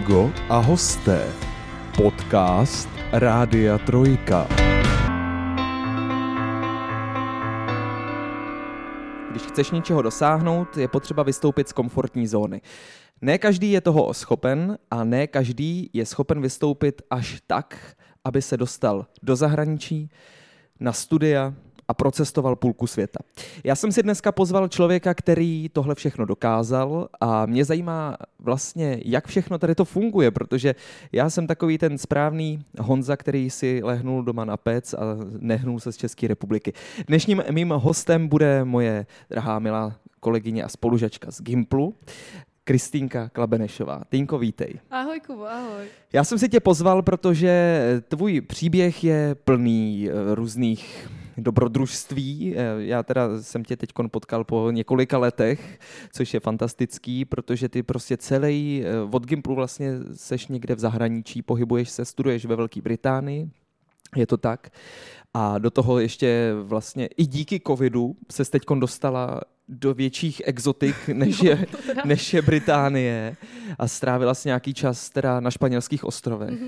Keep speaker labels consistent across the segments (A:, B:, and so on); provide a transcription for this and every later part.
A: Ingo a hosté. Podcast Rádia Trojka.
B: Když chceš něčeho dosáhnout, je potřeba vystoupit z komfortní zóny. Ne každý je toho schopen a ne každý je schopen vystoupit až tak, aby se dostal do zahraničí, na studia a procestoval půlku světa. Já jsem si dneska pozval člověka, který tohle všechno dokázal a mě zajímá vlastně, jak všechno tady to funguje, protože já jsem takový ten správný Honza, který si lehnul doma na pec a nehnul se z České republiky. Dnešním mým hostem bude moje drahá milá kolegyně a spolužačka z Gimplu, Kristýnka Klabenešová. Týnko, vítej.
C: Ahoj, Kubo, ahoj.
B: Já jsem si tě pozval, protože tvůj příběh je plný různých dobrodružství. Já teda jsem tě teď potkal po několika letech, což je fantastický, protože ty prostě celý od Gimplu vlastně seš někde v zahraničí, pohybuješ se, studuješ ve Velké Británii, je to tak. A do toho ještě vlastně i díky covidu ses teď dostala do větších exotik, než je Británie a strávila si nějaký čas teda na španělských ostrovech.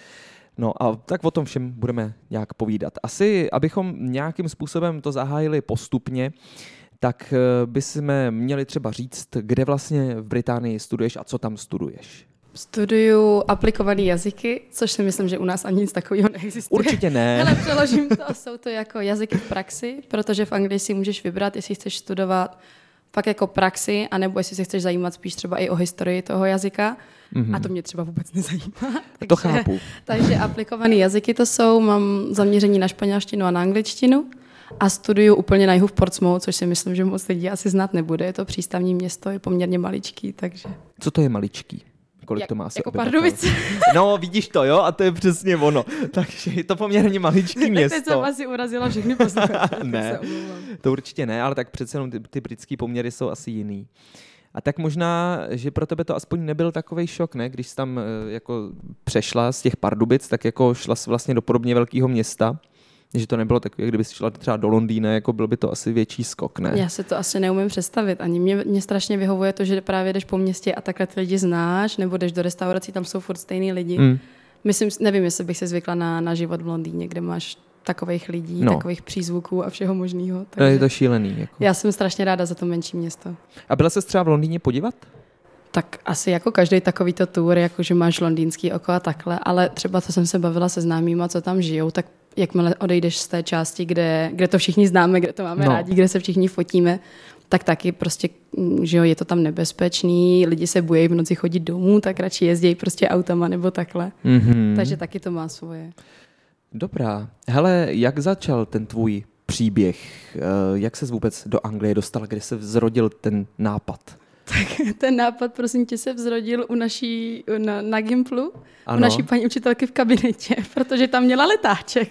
B: No a tak o tom všem budeme nějak povídat. Asi, abychom nějakým způsobem to zahájili postupně, tak bychom měli třeba říct, kde vlastně v Británii studuješ a co tam studuješ.
C: Studuju aplikované jazyky, což si myslím, že u nás ani nic takového neexistuje.
B: Určitě ne.
C: Ale přeložím to, jsou to jako jazyky v praxi, protože v Anglii si můžeš vybrat, jestli chceš studovat fakt jako praxi, anebo jestli se chceš zajímat spíš třeba i o historii toho jazyka. A to mě třeba vůbec nezajímá.
B: To chápu.
C: Takže aplikované jazyky to jsou, mám zaměření na španělštinu a na angličtinu a studuju úplně na jihu v Portsmouth, což si myslím, že moc lidí asi znát nebude. Je to přístavní město, je poměrně maličký, takže...
B: Co to je maličký? Kolik to má asi
C: jako
B: obyvatel?
C: Pardubice.
B: No, vidíš to, jo? A to je přesně ono. Takže je to poměrně maličký město.
C: Teď jsem asi urazila všechny posluchače.
B: Ne, to určitě ne, ale tak přece jenom ty britský poměry jsou asi jiný. A tak možná, že pro tebe to aspoň nebyl takovej šok, ne? Když jsi tam jako přešla z těch Pardubic, tak jako šla jsi vlastně do podobně velkého města. Že to nebylo takové, kdyby šla třeba do Londýna, jako byl by to asi větší skok, ne?
C: Já se to asi neumím představit. Ani mě strašně vyhovuje to, že právě jdeš po městě a takhle ty lidi znáš, nebo jdeš do restaurací, tam jsou furt stejný lidi. Nevím, jestli bych se zvykla na život v Londýně, kde máš takových lidí, takových přízvuků a všeho možného.
B: Je to šílený. Jako.
C: Já jsem strašně ráda za to menší město.
B: A byla jsi třeba v Londýně podívat?
C: Tak asi jako každý takovýto tour, jako že máš londýnský oko a takhle, ale třeba co jsem se bavila se známýma, co tam žijou, tak jakmile odejdeš z té části, kde to všichni známe, kde to máme rádi, kde se všichni fotíme, tak taky prostě, že jo, je to tam nebezpečný, lidi se bojí v noci chodit domů, tak radši jezdí prostě autama nebo takhle. Takže taky to má svoje.
B: Dobrá. Hele, jak začal ten tvůj příběh? Jak ses vůbec do Anglie dostal? Kde se vzrodil ten nápad?
C: Tak ten nápad, prosím tě, se vzrodil na Gimplu, u naší paní učitelky v kabinetě, protože tam měla letáček.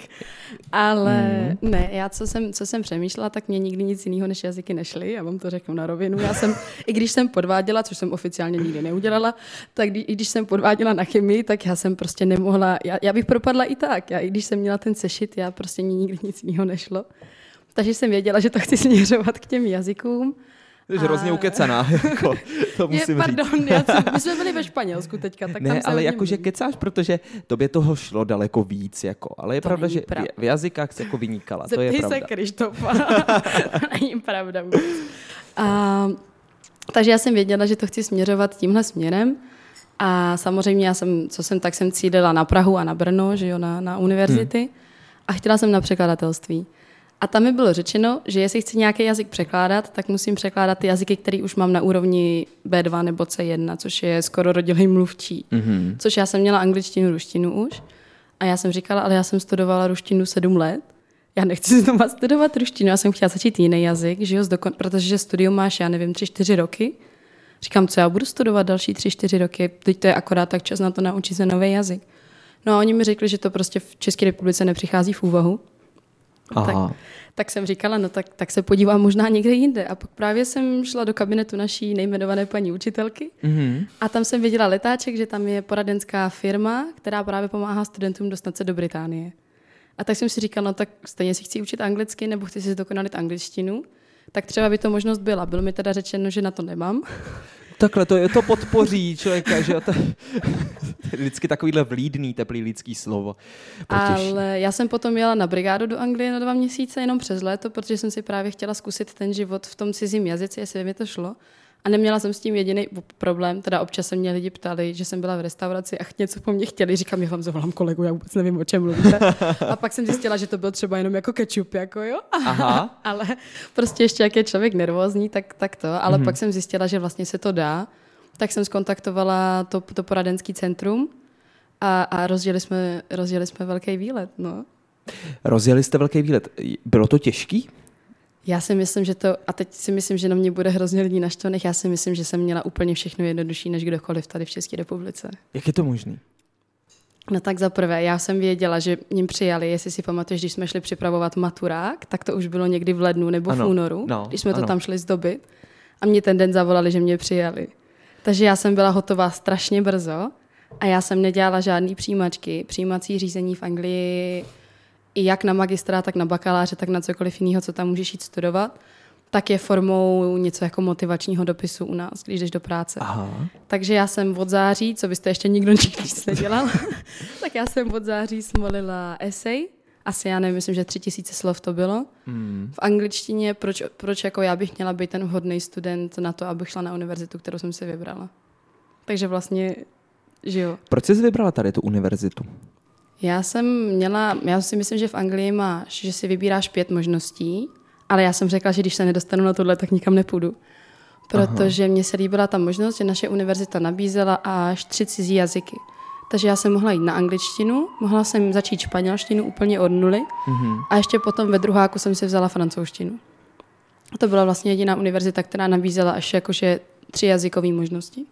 C: Ale ne, já co jsem přemýšlela, tak mě nikdy nic jiného než jazyky nešly, já vám to řeknu na rovinu. I když jsem podváděla, což jsem oficiálně nikdy neudělala, tak i když jsem podváděla na chemii, tak já jsem prostě nemohla, já bych propadla i tak. I když jsem měla ten sešit, já prostě nikdy nic jiného nešlo. Takže jsem věděla, že to chci směřovat k těm jazykům.
B: Jsi hrozně ukecaná, jako, to musím říct.
C: My jsme byli ve Španělsku teďka, tak
B: ne,
C: tam se
B: ale jakože kecáš, protože tobě toho šlo daleko víc, jako, ale je to pravda, že v jazykách se jako vynikala, to je pravda.
C: Zeptej se Krištofa, není pravda vůbec. Takže já jsem věděla, že to chci směřovat tímhle směrem a samozřejmě jsem cílila na Prahu a na Brno, že jo, na univerzity a chtěla jsem na překladatelství. A tam mi bylo řečeno, že jestli chci nějaký jazyk překládat, tak musím překládat ty jazyky, které už mám na úrovni B2 nebo C1, což je skoro rodilý mluvčí. Což já jsem měla angličtinu, ruštinu už. A já jsem říkala, ale já jsem studovala ruštinu 7 let. Já nechci znovu studovat ruštinu, já jsem chtěla začít jiný jazyk, že jo, protože studium máš, já nevím, 3-4 roky. Říkám, co já budu studovat další 3-4 roky, teď to je akorát tak čas na to naučit se nový jazyk. No a oni mi řekli, že to prostě v České republice nepřichází v úvahu. Tak jsem říkala, no tak se podívám možná někde jinde. A pak právě jsem šla do kabinetu naší nejmenované paní učitelky a tam jsem viděla letáček, že tam je poradenská firma, která právě pomáhá studentům dostat se do Británie. A tak jsem si říkala, no tak stejně si chci učit anglicky nebo chci si zdokonalit angličtinu, tak třeba by to možnost byla. Bylo mi teda řečeno, že na to nemám.
B: Takhle to podpoří člověka, že to je vždycky takovýhle vlídný, teplý lidský slovo. Potěší.
C: Ale já jsem potom jela na brigádu do Anglie na 2 měsíce jenom přes léto, protože jsem si právě chtěla zkusit ten život v tom cizím jazyce, jestli mi to šlo. A neměla jsem s tím jediný problém, teda občas se mě lidi ptali, že jsem byla v restauraci a něco po mně chtěli, říkám, já vám zavolám kolegu, já vůbec nevím, o čem mluvíte. A pak jsem zjistila, že to byl třeba jenom jako kečup, jako jo.
B: Aha.
C: Ale prostě ještě, jak je člověk nervózní, tak to. Ale pak jsem zjistila, že vlastně se to dá. Tak jsem skontaktovala to poradenský centrum a rozjeli jsme velký výlet, no.
B: Rozjeli jste velký výlet. Bylo to těžký?
C: Já si myslím, že to, a teď si myslím, že na mě bude hrozně lidí naštvaných, já si myslím, že jsem měla úplně všechno jednodušší než kdokoliv tady v České republice.
B: Jak je to možný?
C: No tak za prvé, já jsem věděla, že mě přijali, jestli si pamatuješ, když jsme šli připravovat maturák, tak to už bylo někdy v lednu nebo v únoru, když jsme to tam šli zdobit a mě ten den zavolali, že mě přijali. Takže já jsem byla hotová strašně brzo a já jsem nedělala žádný přijímačky. Přijímací řízení v Anglii i jak na magistra, tak na bakaláře, tak na cokoliv jiného, co tam můžeš jít studovat, tak je formou něco jako motivačního dopisu u nás, když jdeš do práce.
B: Aha.
C: Takže já jsem od září, co byste ještě nikdo nic nedělal, tak já jsem od září smolila esej. Asi já nevím, myslím, že 3000 slov to bylo. V angličtině, proč jako já bych měla být ten vhodný student na to, abych šla na univerzitu, kterou jsem si vybrala. Takže vlastně, že jo.
B: Proč jsi vybrala tady tu univerzitu?
C: Já si myslím, že v Anglii máš, že si vybíráš 5 možností, ale já jsem řekla, že když se nedostanu na tohle, tak nikam nepůjdu. Protože mně se líbila ta možnost, že naše univerzita nabízela až 3 cizí jazyky. Takže já jsem mohla jít na angličtinu, mohla jsem začít španělštinu úplně od nuly a ještě potom ve druháku jsem si vzala francouzštinu. A to byla vlastně jediná univerzita, která nabízela až jakože 3 jazykové možnosti.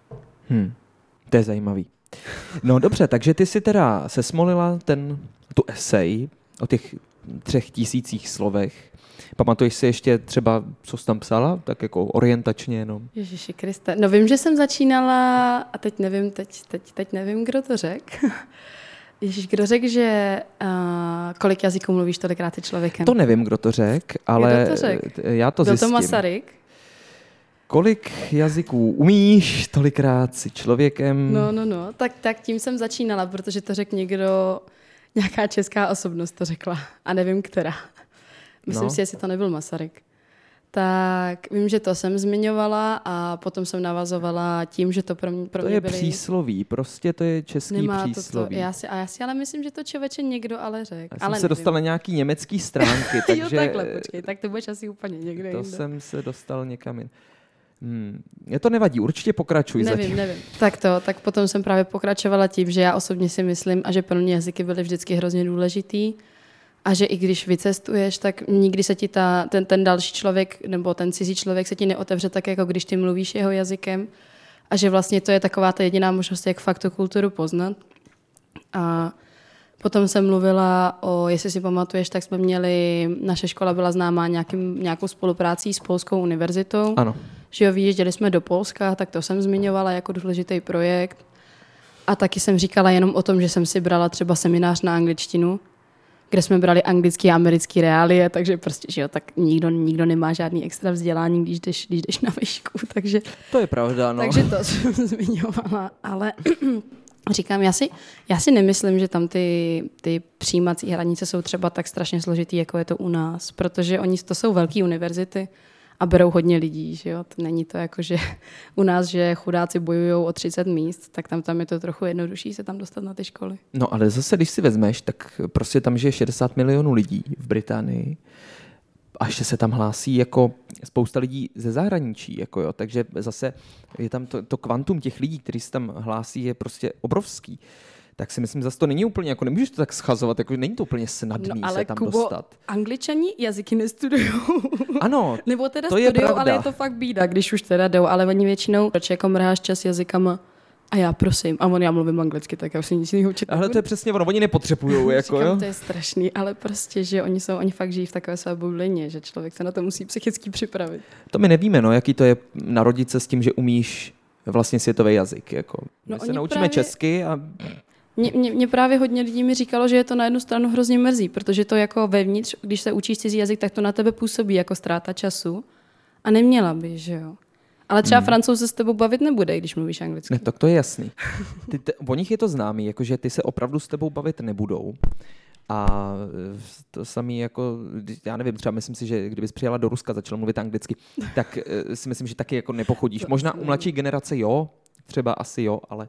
B: To je zajímavý. No dobře, takže ty si teda sesmolila tu esej o těch 3000 slovech. Pamatuješ si ještě třeba, co jsi tam psala? Tak jako orientačně jenom.
C: Ježiši Kriste. No vím, že jsem začínala, a teď nevím, kdo to řekl. Ježiš, kdo řekl, že kolik jazyků mluvíš tolikrát ty člověkem?
B: To nevím, kdo to řekl, ale
C: kdo to řek?
B: Já to zjistím.
C: Byl to Masaryk?
B: Kolik jazyků umíš, tolikrát si člověkem.
C: No, tak tím jsem začínala, protože to řekl nějaká česká osobnost to řekla a nevím, která. Myslím si, jestli to nebyl Masaryk. Tak vím, že to jsem zmiňovala a potom jsem navazovala tím, že to pro mě
B: to je přísloví, prostě to je český
C: nemá
B: přísloví.
C: Já si ale myslím, že to člověče někdo ale řekl.
B: Já jsem se dostal na nějaký německý stránky, takže...
C: Jo, takhle, počkej, tak to budeš asi úplně někde
B: to
C: jinde.
B: jsem se dostal někam jin. Je to nevadí, určitě pokračuj zatím.
C: Nevím. Tak potom jsem právě pokračovala tím, že já osobně si myslím a že pro mě jazyky byly vždycky hrozně důležitý a že i když vycestuješ, tak nikdy se ti ten další člověk nebo ten cizí člověk se ti neotevře tak, jako když ty mluvíš jeho jazykem a že vlastně to je taková ta jediná možnost, jak fakt tu kulturu poznat. A potom jsem mluvila jestli si pamatuješ, tak jsme měli, naše škola byla známá nějakou spoluprácí s Polskou univerzitou.
B: Ano.
C: Že jo, vyjížděli jsme do Polska, tak to jsem zmiňovala jako důležitý projekt. A taky jsem říkala jenom o tom, že jsem si brala třeba seminář na angličtinu, kde jsme brali anglický a americký reálie, takže prostě, že jo, tak nikdo nemá žádný extra vzdělání, když jdeš na výšku, takže...
B: To je pravda, no.
C: Takže to jsem zmiňovala, ale říkám, já si nemyslím, že tam ty přijímací hranice jsou třeba tak strašně složitý, jako je to u nás, protože to jsou velké univerzity a berou hodně lidí, že jo. Není to jako, že u nás, že chudáci bojujou o 30 míst, tak tam je to trochu jednodušší se tam dostat na ty školy.
B: No ale zase, když si vezmeš, tak prostě tam žije 60 milionů lidí v Británii a ještě se tam hlásí jako spousta lidí ze zahraničí, jako jo. Takže zase je tam to kvantum těch lidí, kteří se tam hlásí, je prostě obrovský. Tak si myslím, zase to není úplně, jako nemůžeš to tak schazovat, jako není to úplně snadný se tam dostat.
C: Angličani jazyky nestudujou.
B: Ano,
C: nebo teda
B: to je pravda.
C: Ale je to fakt bída, když už teda jdou, ale oni většinou, proč jako mrháš čas jazykama a já prosím, a já mluvím anglicky, tak já už si nic jiného učit.
B: Ale to je přesně ono, oni nepotřebujou, jako
C: říkám,
B: jo.
C: To je strašný, ale prostě, že oni fakt žijí v takové své bublině, že člověk se na to musí psychicky připravit.
B: To my nevíme, no, jaký to je narodit se s tím, že umíš vlastně světový jazyk, jako. My se naučíme česky a...
C: Mě právě hodně lidí mi říkalo, že je to na jednu stranu hrozně mrzí, protože to jako vevnitř, když se učíš cizí jazyk, tak to na tebe působí jako ztráta času a neměla by, že jo. Ale třeba Francouz se s tebou bavit nebude, když mluvíš anglicky.
B: Ne, tak to je jasný. O nich je to známý, jakože ty se opravdu s tebou bavit nebudou. A to samý jako, já nevím, třeba myslím si, že kdybys přijela do Ruska, začala mluvit anglicky, tak si myslím, že taky jako nepochodíš. Možná u mladší generace jo, třeba asi jo, ale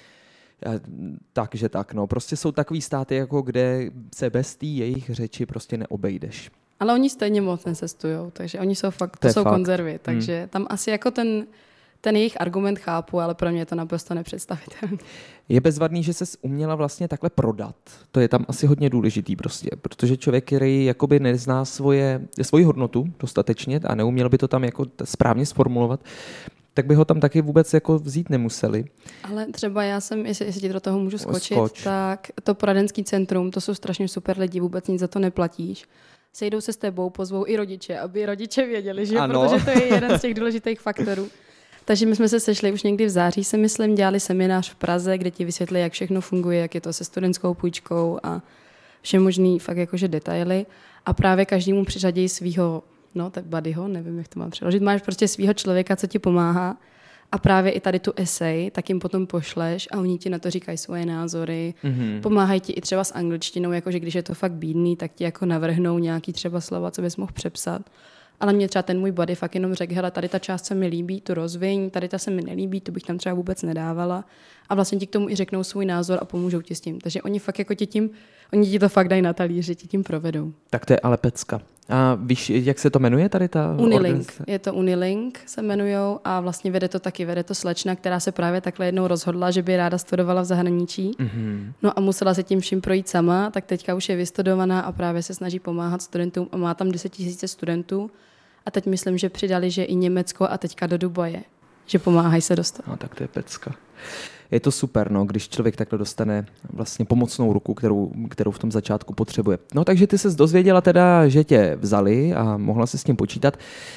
B: takže tak, no. Prostě jsou takový státy, jako kde se bez té jejich řeči prostě neobejdeš.
C: Ale oni stejně moc necestujou, takže oni jsou fakt, to jsou konzervy, takže tam asi jako ten jejich argument chápu, ale pro mě je to naprosto nepředstavitelné.
B: Je bezvadný, že ses uměla vlastně takhle prodat. To je tam asi hodně důležitý prostě, protože člověk, který jakoby nezná svoji hodnotu dostatečně a neuměl by to tam jako správně sformulovat, tak by ho tam taky vůbec jako vzít nemuseli.
C: Ale třeba já jsem, jestli ti do toho můžu skočit, tak to poradenský centrum, to jsou strašně super lidi, vůbec nic za to neplatíš. Sejdou se s tebou, pozvou i rodiče, aby rodiče věděli, že? Protože to je jeden z těch důležitých faktorů. Takže my jsme se sešli už někdy v září, se myslím, dělali seminář v Praze, kde ti vysvětlí, jak všechno funguje, jak je to se studentskou půjčkou a vše možný fakt jakože detaily. A právě každému přiřadí svýho, tak buddyho, nevím, jak to mám přeložit, máš prostě svýho člověka, co ti pomáhá. A právě i tady tu esej, tak jim potom pošleš a oni ti na to říkají svoje názory. Pomáhají ti i třeba s angličtinou, jakože když je to fakt bídný, tak ti jako navrhnou nějaký třeba slova, co bys mohl přepsat. Ale mě třeba ten můj buddy fakt jenom řekl, hele, tady ta část se mi líbí, tu rozviň, tady ta se mi nelíbí, tu bych tam třeba vůbec nedávala. A vlastně ti k tomu i řeknou svůj názor a pomůžou ti s tím. Takže oni fakt jako oni ti to fakt dají na talíři, ti tím provedou.
B: Tak to je ale pecka. A víš, jak se to jmenuje tady ta
C: Unilink. Je to Unilink, se jmenujou a vlastně vede to slečna, která se právě takhle jednou rozhodla, že by ráda studovala v zahraničí. No a musela se tím vším projít sama, tak teďka už je vystudovaná a právě se snaží pomáhat studentům a má tam 10 000 studentů. A teď myslím, že přidali, že i Německo a teďka do Dubaje, že pomáhají se dostat.
B: No tak to je pecka. Je to super, když člověk takhle dostane vlastně pomocnou ruku, kterou v tom začátku potřebuje. No takže ty ses dozvěděla teda, že tě vzali a mohla se s tím počítat.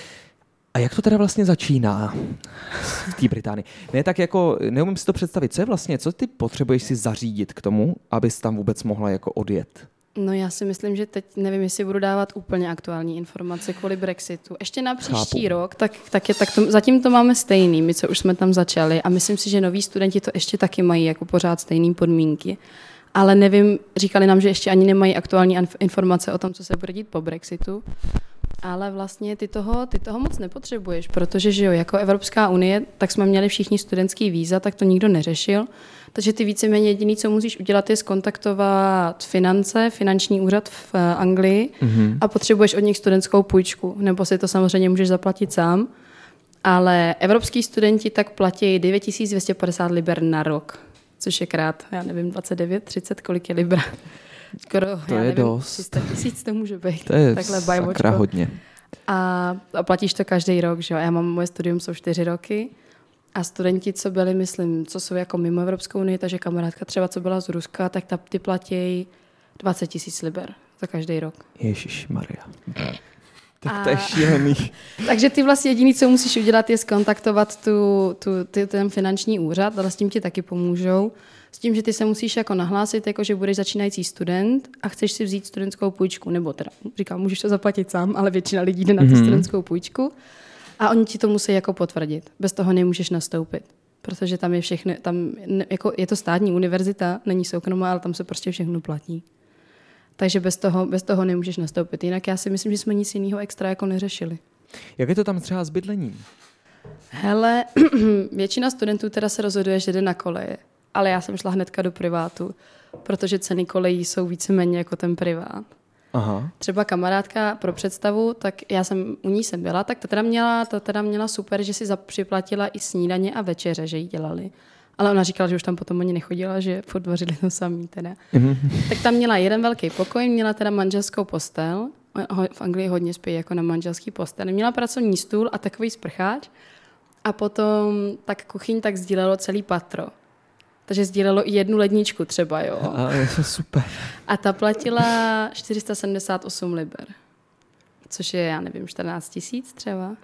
B: A jak to teda vlastně začíná v té Británii? Ne, tak jako neumím si to představit. Co ty potřebuješ si zařídit k tomu, abys tam vůbec mohla jako odjet?
C: No já si myslím, že teď nevím, jestli budu dávat úplně aktuální informace kvůli Brexitu. Ještě na příští rok, zatím to máme stejný, my co už jsme tam začali a myslím si, že noví studenti to ještě taky mají jako pořád stejné podmínky. Ale nevím, říkali nám, že ještě ani nemají aktuální informace o tom, co se bude dít po Brexitu. Ale vlastně ty toho moc nepotřebuješ, protože že jo, jako Evropská unie, tak jsme měli všichni studentský víza, tak to nikdo neřešil. Takže ty víceméně jediný, co musíš udělat, je zkontaktovat finanční úřad v Anglii a potřebuješ od nich studentskou půjčku, nebo si to samozřejmě můžeš zaplatit sám. Ale evropský studenti tak platí 9250 liber na rok, což je krát, já nevím, 29, 30, kolik je libra. Skoro,
B: to je dost.
C: 300 000 to může být.
B: To je
C: takhle
B: sakra hodně.
C: A platíš to každý rok, že jo? Moje studium jsou 4 roky a studenti, co byli, myslím, co jsou jako mimo Evropskou unii, takže kamarádka třeba, co byla z Ruska, tak ty platí 20 000 liber za každý rok.
B: Ježišmarja. Tak to je šílený.
C: Takže ty vlastně jediný, co musíš udělat, je zkontaktovat ten finanční úřad, ale s tím ti taky pomůžou. S tím, že ty se musíš jako nahlásit, jako že budeš začínající student a chceš si vzít studentskou půjčku, nebo teda, říkám, můžeš to zaplatit sám, ale většina lidí jde na tu studentskou půjčku a oni ti to musí jako potvrdit. Bez toho nemůžeš nastoupit, protože tam je všechno, jako je to státní univerzita, není soukromá, ale tam se prostě všechno platí. Takže bez toho nemůžeš nastoupit. Jinak já si myslím, že jsme nic jiného extra jako neřešili.
B: Jak je to tam třeba s bydlením?
C: Hele, většina studentů teda se rozhoduje, že jde na koleje. Ale já jsem šla hnedka do privátu, protože ceny kolejí jsou víceméně jako ten privát.
B: Aha.
C: Třeba kamarádka pro představu, tak u ní jsem byla, tak to teda měla super, že si připlatila i snídaně a večeře, že jí dělali. Ale ona říkala, že už tam potom ani nechodila, že furt vařili to samý teda. Tak tam měla jeden velký pokoj, měla teda manželskou postel, v Anglii hodně spí jako na manželský postel, měla pracovní stůl a takový sprcháč a potom tak kuchyň tak sdílelo celý patro. Takže sdílelo i jednu ledničku třeba, jo.
B: A je to super.
C: A ta platila 478 liber, což je, já nevím, 14 000 třeba.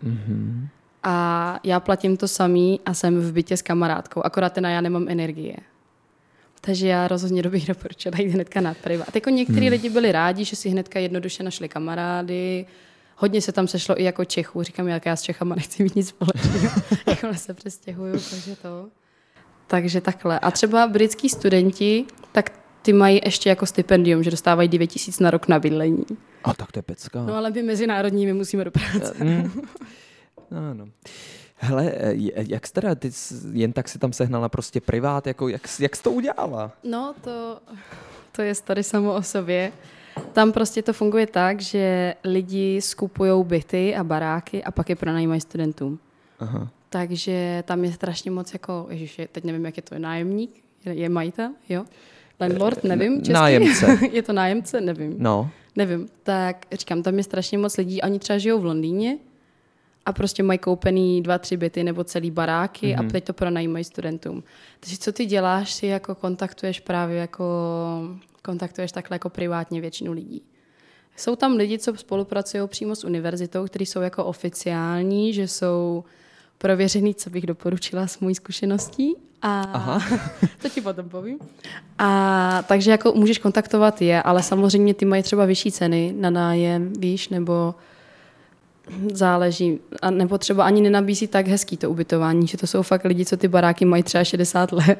C: A já platím to samý a jsem v bytě s kamarádkou, akorát já nemám energie. Takže já rozhodně bych doporučila jít hnedka na privát. Jako některý lidi byli rádi, že si hnedka jednoduše našli kamarády, hodně se tam sešlo i jako Čechů. Říkám, jak já s Čechama nechci mít nic společného. Jakmile se přestěhuju, takže to. Takže takhle. A třeba britský studenti, tak ty mají ještě jako stipendium, že dostávají 9 000 na rok na bydlení.
B: A tak to je pecka.
C: No ale my mezinárodní, my musíme do práce.
B: Ano. Hele, jak jsi teda, ty jen tak si tam sehnala prostě privát, jako jak jsi to udělala?
C: No, to je story samo o sobě. Tam prostě to funguje tak, že lidi skupujou byty a baráky a pak je pronajímají studentům.
B: Aha.
C: Takže tam je strašně moc jako, ježiš, teď nevím, jak je to, nájemník? Je majitel? Jo? Landlord? Nevím, česky.
B: Nájemce.
C: Je to nájemce? Nevím.
B: No.
C: Nevím. Tak říkám, tam je strašně moc lidí, oni třeba žijou v Londýně a prostě mají koupený 2-3 byty nebo celý baráky a teď to pronajímají studentům. Takže co ty děláš, si jako kontaktuješ takhle jako privátně většinu lidí. Jsou tam lidi, co spolupracují přímo s univerzitou, kteří jsou jako oficiální, že jsou prověřený, co bych doporučila s mojí zkušeností. A to ti potom povím. A takže jako můžeš kontaktovat je, ale samozřejmě ty mají třeba vyšší ceny na nájem, víš, nebo záleží, a nebo třeba ani nenabízí tak hezký to ubytování, že to jsou fakt lidi, co ty baráky mají třeba 60 let.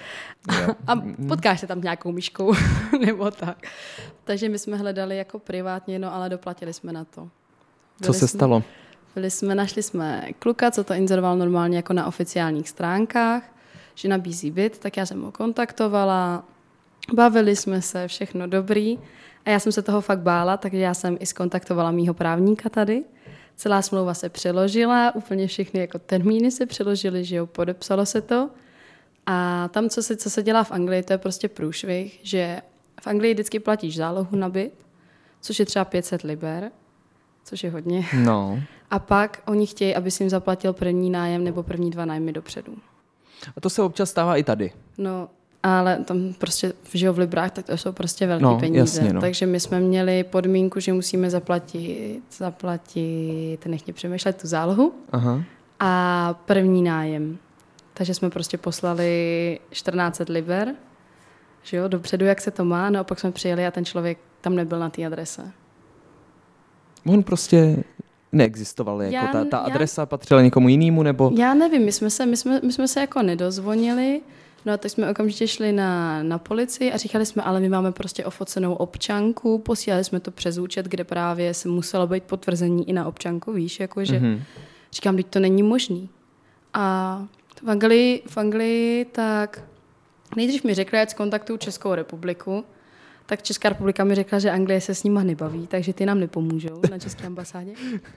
C: A potkáš se tam nějakou myškou, nebo tak. Takže my jsme hledali jako privátně, no ale doplatili jsme na to.
B: Co se stalo?
C: Našli jsme kluka, co to inzeroval normálně jako na oficiálních stránkách, že nabízí byt, tak já jsem ho kontaktovala, bavili jsme se, všechno dobrý. A já jsem se toho fakt bála, takže já jsem i skontaktovala mýho právníka tady. Celá smlouva se přeložila, úplně všechny jako termíny se přeložily, že jo, podepsalo se to. A tam, co se dělá v Anglii, to je prostě průšvih, že v Anglii vždycky platíš zálohu na byt, což je třeba 500 liber, což je hodně.
B: No.
C: A pak oni chtějí, aby si jim zaplatil první nájem nebo první 2 nájmy dopředu.
B: A to se občas stává i tady.
C: No, ale tam prostě v Librách, tak to jsou prostě velké peníze.
B: Jasně, no.
C: Takže my jsme měli podmínku, že musíme zaplatit, nech mě přemýšlet, tu zálohu.
B: Aha.
C: A první nájem. Takže jsme prostě poslali 1400 liber, že jo, dopředu, jak se to má, no a pak jsme přijeli a ten člověk tam nebyl na té adrese.
B: On prostě neexistoval, jako ta adresa patřila někomu jinému, nebo?
C: Já nevím, my jsme se jako nedozvonili, no a tak jsme okamžitě šli na policii a říkali jsme, ale my máme prostě ofocenou občanku, posílali jsme to přes účet, kde právě se muselo být potvrzení i na občanku, víš, jakože říkám, teď to není možný. A v Anglii tak nejdřív mi řekli, ať kontaktuju Českou republiku, tak Česká republika mi řekla, že Anglie se s nima nebaví, takže ty nám nepomůžou na české ambasádě.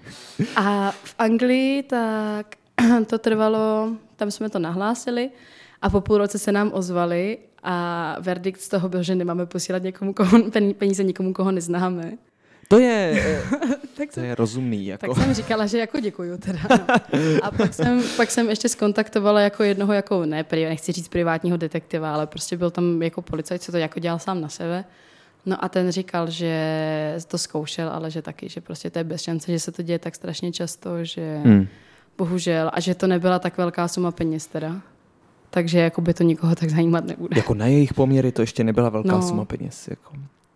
C: A v Anglii tak to trvalo, tam jsme to nahlásili a po půl roce se nám ozvali a verdikt z toho byl, že nemáme posílat peníze někomu, koho neznáme.
B: To je rozumný. Jako.
C: Tak jsem říkala, že jako děkuju teda. No. A pak jsem ještě skontaktovala jako jednoho, jako nechci říct privátního detektiva, ale prostě byl tam jako policajt, co to jako dělal sám na sebe. No a ten říkal, že to zkoušel, ale že taky, že prostě to je bez šance, že se to děje tak strašně často, že bohužel, a že to nebyla tak velká suma peněz teda. Takže jako by to nikoho tak zajímat nebude.
B: Jako na jejich poměry to ještě nebyla velká suma peněz. Jako.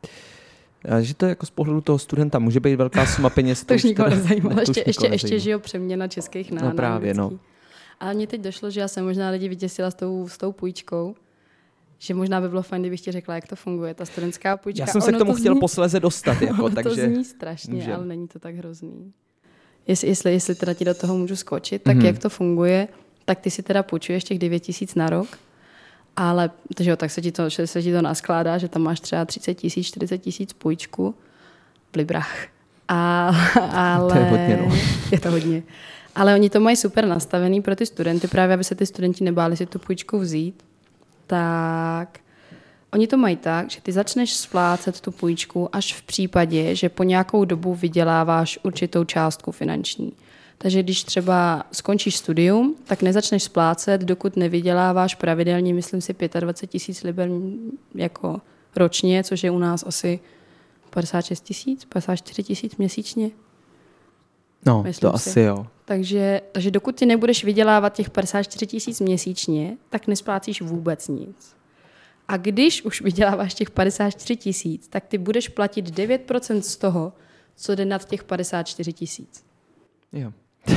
B: A že to jako z pohledu toho studenta může být velká suma peněz.
C: To už nikoho nezajímalo. Ještě žijou přeměna českých národů.
B: No právě, no.
C: Ale mně teď došlo, že já jsem možná lidi vyděsila s tou půjčkou, že možná by bylo fajn, kdybych ti řekla, jak to funguje, ta studentská půjčka.
B: Já jsem se k tomu chtěl posléze dostat. Jako, takže
C: to zní strašně, můžem. Ale není to tak hrozný. Jestli teda ti do toho můžu skočit, tak jak to funguje, tak ty si teda půjčuješ těch 9 000 na rok, ale tak se ti to naskládá, že tam máš třeba 30 000, 40 000 půjčku v librách. Ale
B: to je hodně, no.
C: Je to hodně. Ale oni to mají super nastavený pro ty studenty, právě aby se ty studenti nebáli si tu půjčku vzít. Tak oni to mají tak, že ty začneš splácet tu půjčku až v případě, že po nějakou dobu vyděláváš určitou částku finanční. Takže když třeba skončíš studium, tak nezačneš splácet, dokud nevyděláváš pravidelně, myslím si, 25 000 liber jako ročně, což je u nás asi 56 000, 54 000 měsíčně.
B: No,
C: myslím
B: to
C: si.
B: asi jo.
C: Takže dokud ty nebudeš vydělávat těch 54 000 měsíčně, tak nesplácíš vůbec nic. A když už vyděláváš těch 54 000, tak ty budeš platit 9% z toho, co jde nad těch 54 000.
B: Jo.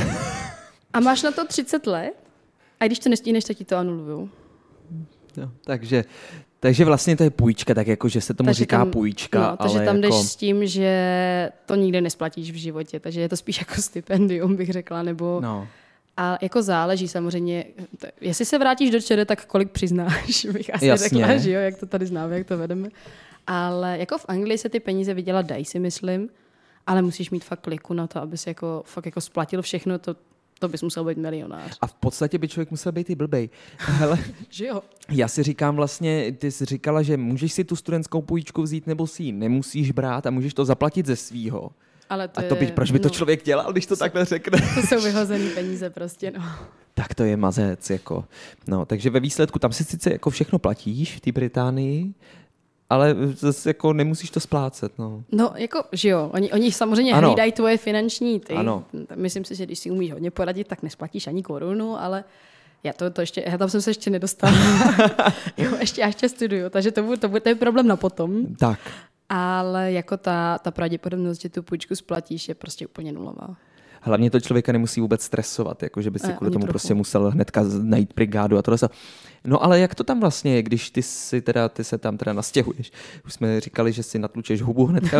C: A máš na to 30 let a když to nestíneš, tak ti to anulujou.
B: No, takže vlastně to je půjčka, tak jako, že se tomu
C: Takže
B: říká
C: tam,
B: půjčka.
C: No, takže
B: ale
C: tam jdeš
B: jako...
C: s tím, že to nikdy nesplatíš v životě, takže je to spíš jako stipendium, bych řekla, nebo...
B: No.
C: A jako záleží samozřejmě, jestli se vrátíš do ČR, tak kolik přiznáš, bych asi
B: Jasně.
C: řekla, že jo, jak to tady známe, jak to vedeme. Ale jako v Anglii se ty peníze vydělat dají, si myslím, ale musíš mít fakt kliku na to, aby si jako, fakt jako splatil všechno, to bys musel být milionář.
B: A v podstatě by člověk musel být i blbej. Hele,
C: Že jo?
B: já si říkám vlastně, ty jsi říkala, že můžeš si tu studentskou půjčku vzít nebo si ji nemusíš brát a můžeš to zaplatit ze svýho.
C: Ale to
B: A to by, proč by to člověk dělal, když to takhle řekne?
C: To jsou vyhozený peníze prostě, no.
B: Tak to je mazec, jako. No, takže ve výsledku tam si sice jako všechno platíš v té Británii, ale zase jako nemusíš to splácet, no.
C: No, jako, že jo, oni samozřejmě
B: ano.
C: hlídají tvoje finanční ty.
B: Ano.
C: Myslím si, že když si umíš hodně poradit, tak nesplatíš ani korunu, ale já tam jsem se ještě nedostala. Jo, já ještě studuju, takže to je problém na potom.
B: Tak.
C: Ale jako ta pravděpodobnost, že tu půjčku splatíš, je prostě úplně nulová.
B: Hlavně to člověka nemusí vůbec stresovat, jako že by si kvůli tomu
C: trochu.
B: prostě musel hnedka najít brigádu a tohle. No ale jak to tam vlastně je, když ty se tam teda nastěhuješ? Už jsme říkali, že si natlučeš hubu hnedka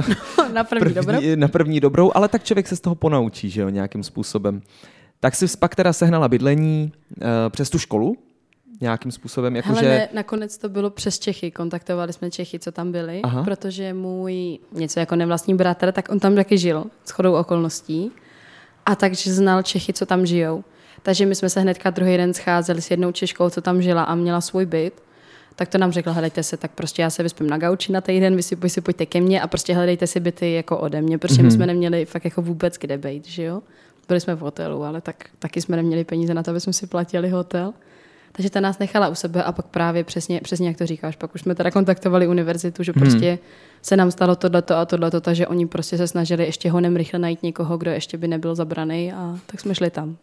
B: na první dobrou, ale tak člověk se z toho ponaučí, že jo, nějakým způsobem. Tak si pak teda sehnala bydlení přes tu školu? Nějakým způsobem, jakože...
C: Ne, nakonec to bylo přes Čechy, kontaktovali jsme Čechy, co tam byli,
B: Aha.
C: protože můj něco jako nevlastní bratr, tak on tam taky žil, shodou okolností, a takže znal Čechy, co tam žijou. Takže my jsme se hnedka druhý den scházeli s jednou Češkou, co tam žila a měla svůj byt, tak to nám řekla, hledejte se, tak prostě já se vyspím na gauči na týden, vy si pojďte ke mně a prostě hledejte si byty jako ode mě, protože my jsme neměli fakt jako vůbec kde bejt, že jo. Byli jsme v hotelu, ale taky jsme neměli peníze na to, aby jsme si platili hotel. Takže ta nás nechala u sebe a pak právě přesně jak to říkáš, pak už jsme teda kontaktovali univerzitu, že prostě se nám stalo tohleto a tohleto, takže oni prostě se snažili ještě honem rychle najít někoho, kdo ještě by nebyl zabraný a tak jsme šli tam.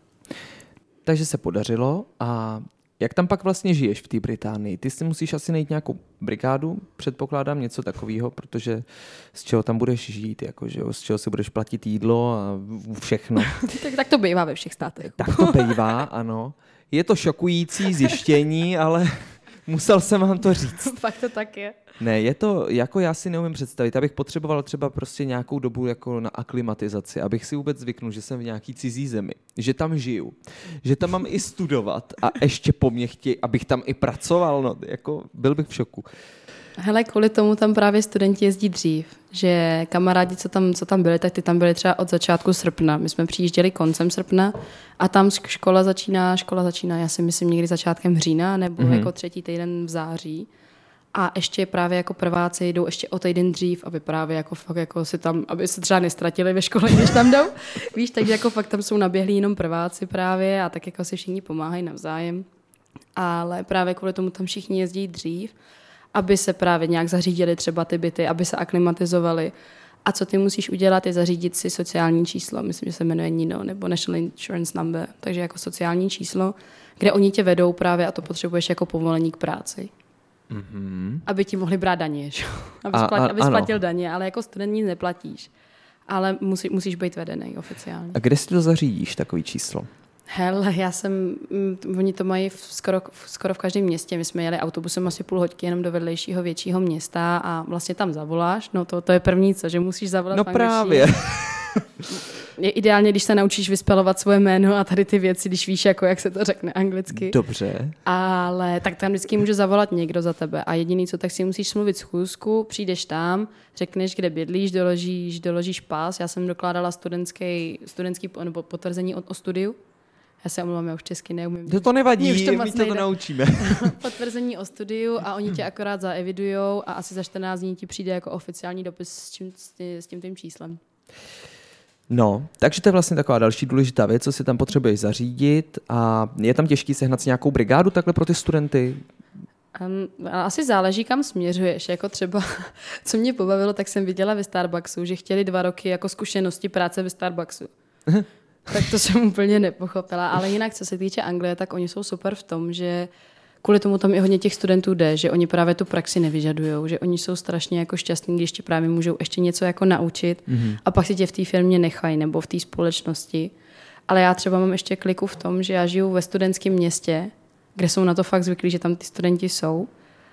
B: Takže se podařilo a jak tam pak vlastně žiješ v té Británii? Ty si musíš asi najít nějakou brigádu, předpokládám něco takového, protože z čeho tam budeš žít, jako, že jo? Z čeho si budeš platit jídlo a všechno.
C: tak to bývá ve všech státech.
B: Tak to bývá, ano. Je to šokující zjištění, ale musel jsem vám to říct.
C: Fakt to tak je.
B: Ne, je to, jako já si neumím představit, abych potřeboval třeba prostě nějakou dobu jako na aklimatizaci, abych si vůbec zvyknul, že jsem v nějaký cizí zemi, že tam žiju, že tam mám i studovat a ještě po mně chtějí, abych tam i pracoval, no, jako byl bych v šoku.
C: Hele, kvůli tomu tam právě studenti jezdí dřív, že kamarádi, co tam byli, tak ty tam byli třeba od začátku srpna. My jsme přijížděli koncem srpna a tam škola začíná, já si myslím někdy začátkem října nebo jako 3. týden v září. A ještě právě jako prváci jdou ještě o týden dřív, aby právě jako fakt jako si tam, aby se třeba nestratili ve škole, když tam jdou. Víš, takže jako fakt tam jsou naběhlí jenom prváci právě a tak jako si všichni pomáhají navzájem. Ale právě kvůli tomu tam všichni jezdí dřív, aby se právě nějak zařídili třeba ty byty, aby se aklimatizovali. A co ty musíš udělat, je zařídit si sociální číslo, myslím, že se jmenuje NINO, nebo National Insurance Number, takže jako sociální číslo, kde oni tě vedou právě a to potřebuješ jako povolení k práci. Mm-hmm. Aby ti mohli brát daně, aby splatil daně, ale jako student nic neplatíš. Ale musíš být vedený oficiálně.
B: A kde si to zařídíš, takový číslo?
C: Hele, oni to mají skoro v každém městě. My jsme jeli autobusem asi půl hodky jenom do vedlejšího většího města a vlastně tam zavoláš. No to je první co, že musíš zavolat
B: no
C: v angličtině.
B: Právě.
C: Je ideálně, když se naučíš vyspelovat svoje jméno a tady ty věci, když víš, jako, jak se to řekne anglicky.
B: Dobře.
C: Ale tak tam vždycky může zavolat někdo za tebe a jediný co, tak si musíš smluvit schůzku, přijdeš tam, řekneš, kde bydlíš, doložíš pas. Já jsem dokládala studentský nebo potvrzení o studiu. Já se omlouvám, já už česky neumím.
B: To nevadí,
C: my
B: to naučíme.
C: Potvrzení o studiu a oni tě akorát zaevidujou a asi za 14 dní ti přijde jako oficiální dopis s tím číslem.
B: No, takže to je vlastně taková další důležitá věc, co si tam potřebuješ zařídit a je tam těžký sehnat si nějakou brigádu takhle pro ty studenty?
C: Asi záleží, kam směřuješ. Jako třeba, co mě pobavilo, tak jsem viděla ve Starbucksu, že chtěli 2 roky jako zkušenosti práce ve Starbucksu. Tak to jsem úplně nepochopila. Ale jinak, co se týče Anglie, tak oni jsou super v tom, že kvůli tomu tam i hodně těch studentů jde, že oni právě tu praxi nevyžadujou, že oni jsou strašně jako šťastní, když tě právě můžou ještě něco jako naučit a pak si tě v té firmě nechají nebo v té společnosti. Ale já třeba mám ještě kliku v tom, že já žiju ve studentském městě, kde jsou na to fakt zvyklí, že tam ty studenti jsou.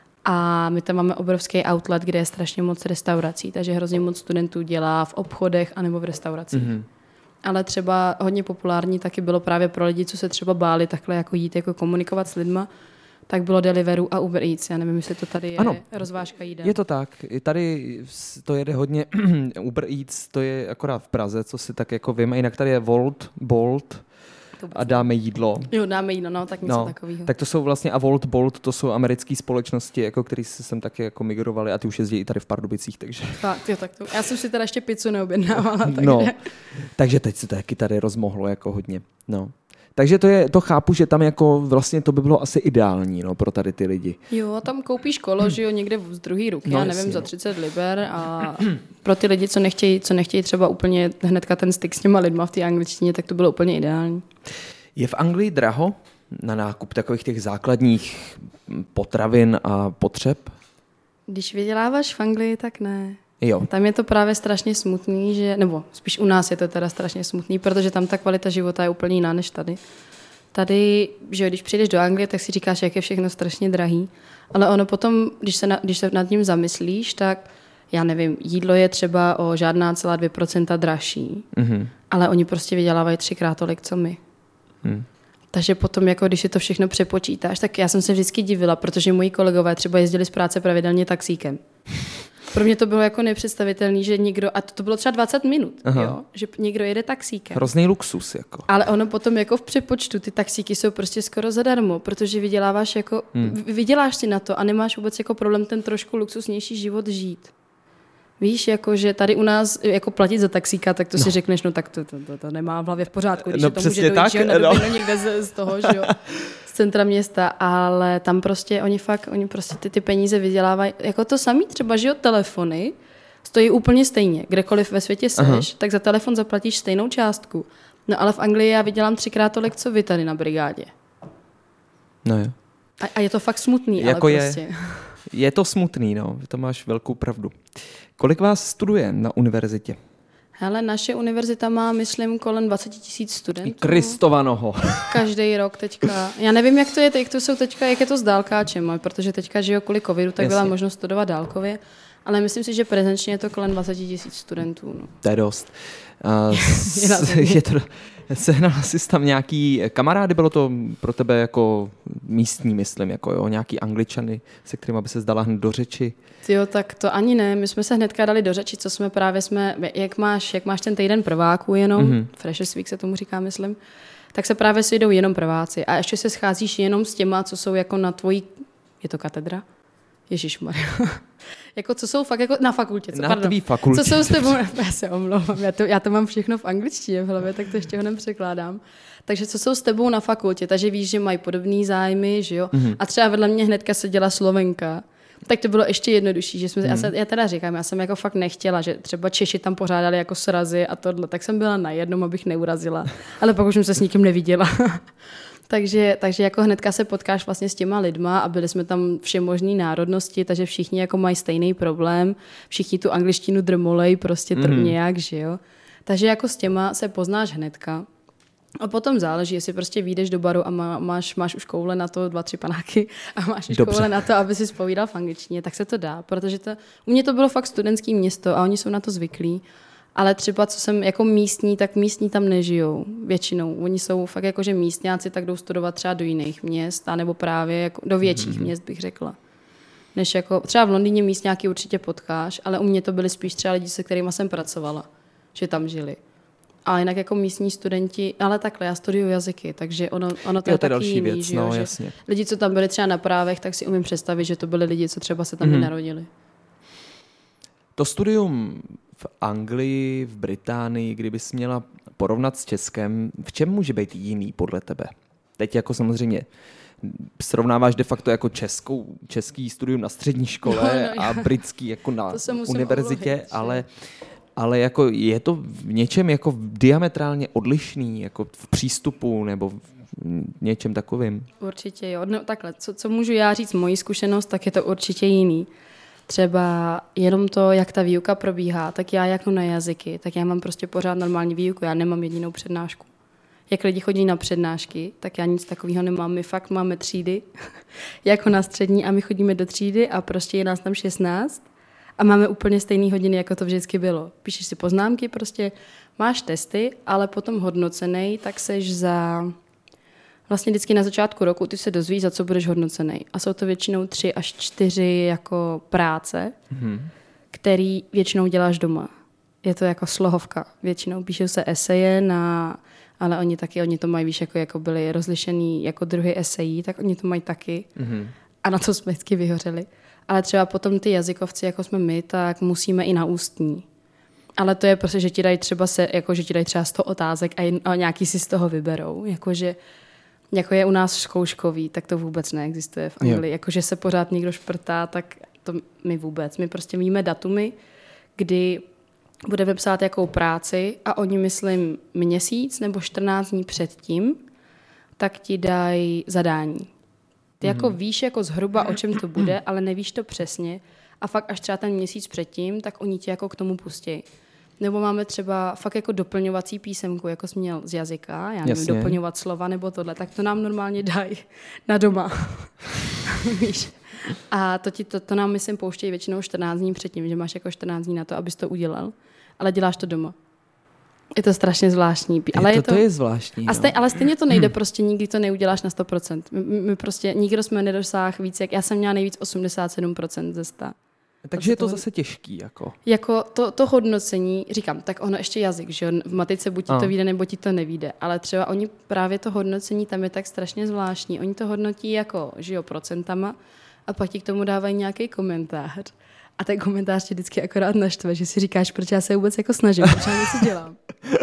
C: A my tam máme obrovský outlet, kde je strašně moc restaurací, takže hrozně moc studentů dělá v obchodech anebo v restauracích. Ale třeba hodně populární taky bylo právě pro lidi, co se třeba báli takhle jako jít, jako komunikovat s lidma, tak bylo Deliveroo a Uber Eats. Já nevím, jestli to tady je rozvážka jídel.
B: Je to tak. Tady to jede hodně Uber Eats, to je akorát v Praze, co si tak jako vím. A jinak tady je Volt, Bolt a dáme jídlo.
C: Jo, dáme jídlo, no, tak něco takového.
B: Tak to jsou vlastně, a Volt, Bolt, to jsou americké společnosti, jako který se sem taky jako migrovali a ty už jezdí i tady v Pardubicích, takže...
C: Fakt, jo, tak to. Já jsem si teda ještě pizzu neobjednávala, takže...
B: No, takže teď se to taky tady rozmohlo jako hodně, no. Takže to chápu, že tam jako vlastně to by bylo asi ideální, no, pro tady ty lidi.
C: Jo, a tam koupíš kolo, že jo, někde z druhé ruky, já nevím, za 30 liber a pro ty lidi, co nechtějí třeba úplně hnedka ten styk s těma lidma v té angličtině, tak to bylo úplně ideální.
B: Je v Anglii draho na nákup takových těch základních potravin a potřeb?
C: Když vyděláváš v Anglii, tak ne.
B: Jo.
C: Tam je to právě strašně smutný, nebo spíš u nás je to teda strašně smutný, protože tam ta kvalita života je úplně jiná než tady. Tady, že když přijdeš do Anglie, tak si říkáš, jak je všechno strašně drahý, ale ono potom, když se nad tím zamyslíš, tak já nevím, jídlo je třeba o žádná celá 2% dražší, ale oni prostě vydělávají 3x tolik, co my. Takže potom, jako když si to všechno přepočítáš, tak já jsem se vždycky divila, protože moji kolegové třeba jezdili z práce pravidelně taxíkem. Pro mě to bylo jako nepředstavitelný, že někdo, a to bylo třeba 20 minut, jo, že někdo jede taxíkem.
B: Hrozný luxus, jako.
C: Ale ono potom jako v přepočtu, ty taxíky jsou prostě skoro zadarmo, protože vyděláváš jako, vyděláš si na to a nemáš vůbec jako problém ten trošku luxusnější život žít. Víš, jako, že tady u nás jako platit za taxíka, tak to si řekneš, no tak to nemá v hlavě v pořádku, když to může dojít, tak, že někde z toho, že jo, z centra města, ale tam prostě oni prostě ty peníze vydělávají, jako to samý třeba, že jo, telefony stojí úplně stejně, kdekoliv ve světě seš, tak za telefon zaplatíš stejnou částku, no ale v Anglii já vydělám 3x tolik, co vy tady na brigádě.
B: No jo.
C: A je to fakt smutný,
B: jako
C: ale prostě...
B: Je to smutný, no, to máš velkou pravdu. Kolik vás studuje na univerzitě?
C: Hele, naše univerzita má, myslím, kolem 20 000 studentů.
B: Kristovanoho.
C: Každý rok teďka. Já nevím, jak to je, jak je to s dálkáčem, protože teďka, že jo, kvůli covidu, tak byla možnost studovat dálkově, ale myslím si, že prezenčně je to kolem 20 000 studentů. No.
B: To je dost. Sehnal jsi tam nějaký kamarády, bylo to pro tebe jako místní, myslím, jako jo, nějaký Angličany, se kterými by se dala hned do řeči?
C: Jo, tak to ani ne, my jsme se hnedka dali do řeči, co jsme právě, jak máš ten týden prváků jenom, Freshers Week se tomu říká, myslím, tak se právě sjedou jenom prváci a ještě se scházíš jenom s těma, co jsou jako na tvojí, je to katedra? Ježišmarja. Jako co jsou fakt jako na fakultě.
B: Tvý fakultě.
C: Co jsou s tebou, já se omlouvám, já to mám všechno v angličtině v hlavě, tak to ještě ho nepřekládám. Takže co jsou s tebou na fakultě, takže víš, že mají podobný zájmy, že jo. A třeba vedle mě hnedka seděla Slovenka, tak to bylo ještě jednodušší, že já teda říkám, já jsem jako fakt nechtěla, že třeba Češi tam pořádali jako srazy a tohle, tak jsem byla na jednom, abych neurazila, ale pak už jsem se s nikým neviděla. Takže jako hnedka se potkáš vlastně s těma lidma a byli jsme tam všemožný národnosti, takže všichni jako mají stejný problém, všichni tu angličtinu drmolej prostě nějak, že jo. Takže jako s těma se poznáš hnedka. A potom záleží, jestli prostě vyjdeš do baru a máš už koule na to 2-3 panáky a máš už koule na to, aby si zpovídal v angličtině, tak se to dá, protože u mě to bylo fakt studentský město a oni jsou na to zvyklí. Ale třeba, co jsem jako místní, tak místní tam nežijou většinou. Oni jsou fakt jako, že místňáci tak jdou studovat třeba do jiných měst, anebo právě jako do větších měst, bych řekla. Než jako, třeba v Londýně místňáky určitě potkáš, ale u mě to byly spíš třeba lidi, se kterými jsem pracovala, že tam žili. A jinak jako místní studenti, ale takhle, já studuju jazyky, takže ono to je taky jiný, věc, že,
B: no,
C: že
B: jasně.
C: Lidi, co tam byli třeba na právech, tak si umím představit, že to byli lidi, co třeba se tam nenarodili.
B: To studium v Anglii, v Británii, kdybys měla porovnat s Českem, v čem může být jiný podle tebe? Teď jako samozřejmě srovnáváš de facto jako český studium na střední škole a britský jako na univerzitě, ale jako je to v něčem jako diametrálně odlišný, jako v přístupu nebo něčem takovým.
C: Určitě jo. No, takhle, co můžu já říct, moji zkušenost, tak je to určitě jiný. Třeba jenom to, jak ta výuka probíhá, tak já jako na jazyky, tak já mám prostě pořád normální výuku, já nemám jedinou přednášku. Jak lidi chodí na přednášky, tak já nic takového nemám. My fakt máme třídy, jako na střední, a my chodíme do třídy a prostě je nás tam 16 a máme úplně stejné hodiny, jako to vždycky bylo. Píšeš si poznámky, prostě máš testy, ale potom hodnocenej, tak seš za... Vlastně vždycky na začátku roku ty se dozvíš, za co budeš hodnocenej. A jsou to většinou 3 až 4 jako práce, který většinou děláš doma. Je to jako slohovka. Většinou píšou se eseje ale oni to mají, víš, jako byly rozlišený jako druhy esejí, tak oni to mají taky. A na to jsme vždycky vyhořeli. Ale třeba potom ty jazykovci, jako jsme my, tak musíme i na ústní. Ale to je prostě, že ti dají třeba 100 otázek a nějaký si z toho vyberou. Jako je u nás zkouškový, tak to vůbec neexistuje v Anglii. Jakože se pořád někdo šprtá, tak to my vůbec. My prostě víme datumy, kdy budeme psát jakou práci a oni, myslím, měsíc nebo 14 dní předtím, tak ti dají zadání. Ty jako víš jako zhruba, o čem to bude, ale nevíš to přesně a fakt až třeba ten měsíc předtím, tak oni tě jako k tomu pustí. Nebo máme třeba fakt jako doplňovací písemku, jako jsi měl z jazyka, já nevím, doplňovat slova nebo tohle, tak to nám normálně dají na doma. Víš? A to nám, myslím, pouštějí většinou 14 dní předtím, že máš jako 14 dní na to, abys to udělal, ale děláš to doma. Je to strašně zvláštní. Ale
B: to je zvláštní.
C: Ale stejně to nejde, prostě nikdy to neuděláš na 100%. My prostě nikdo jsme nedosáhl víc, já jsem měla nejvíc 87% ze 100.
B: Takže je to zase těžký.
C: Jako to hodnocení, říkám, tak ono ještě jazyk, že v matice buď ti to vyjde, nebo ti to nevyjde. Ale třeba oni právě to hodnocení tam je tak strašně zvláštní. Oni to hodnotí jako, že jo, procentama a pak ti k tomu dávají nějaký komentář. A ten komentář tě vždycky akorát naštve, že si říkáš, proč já se vůbec jako snažím, proč já něco dělám.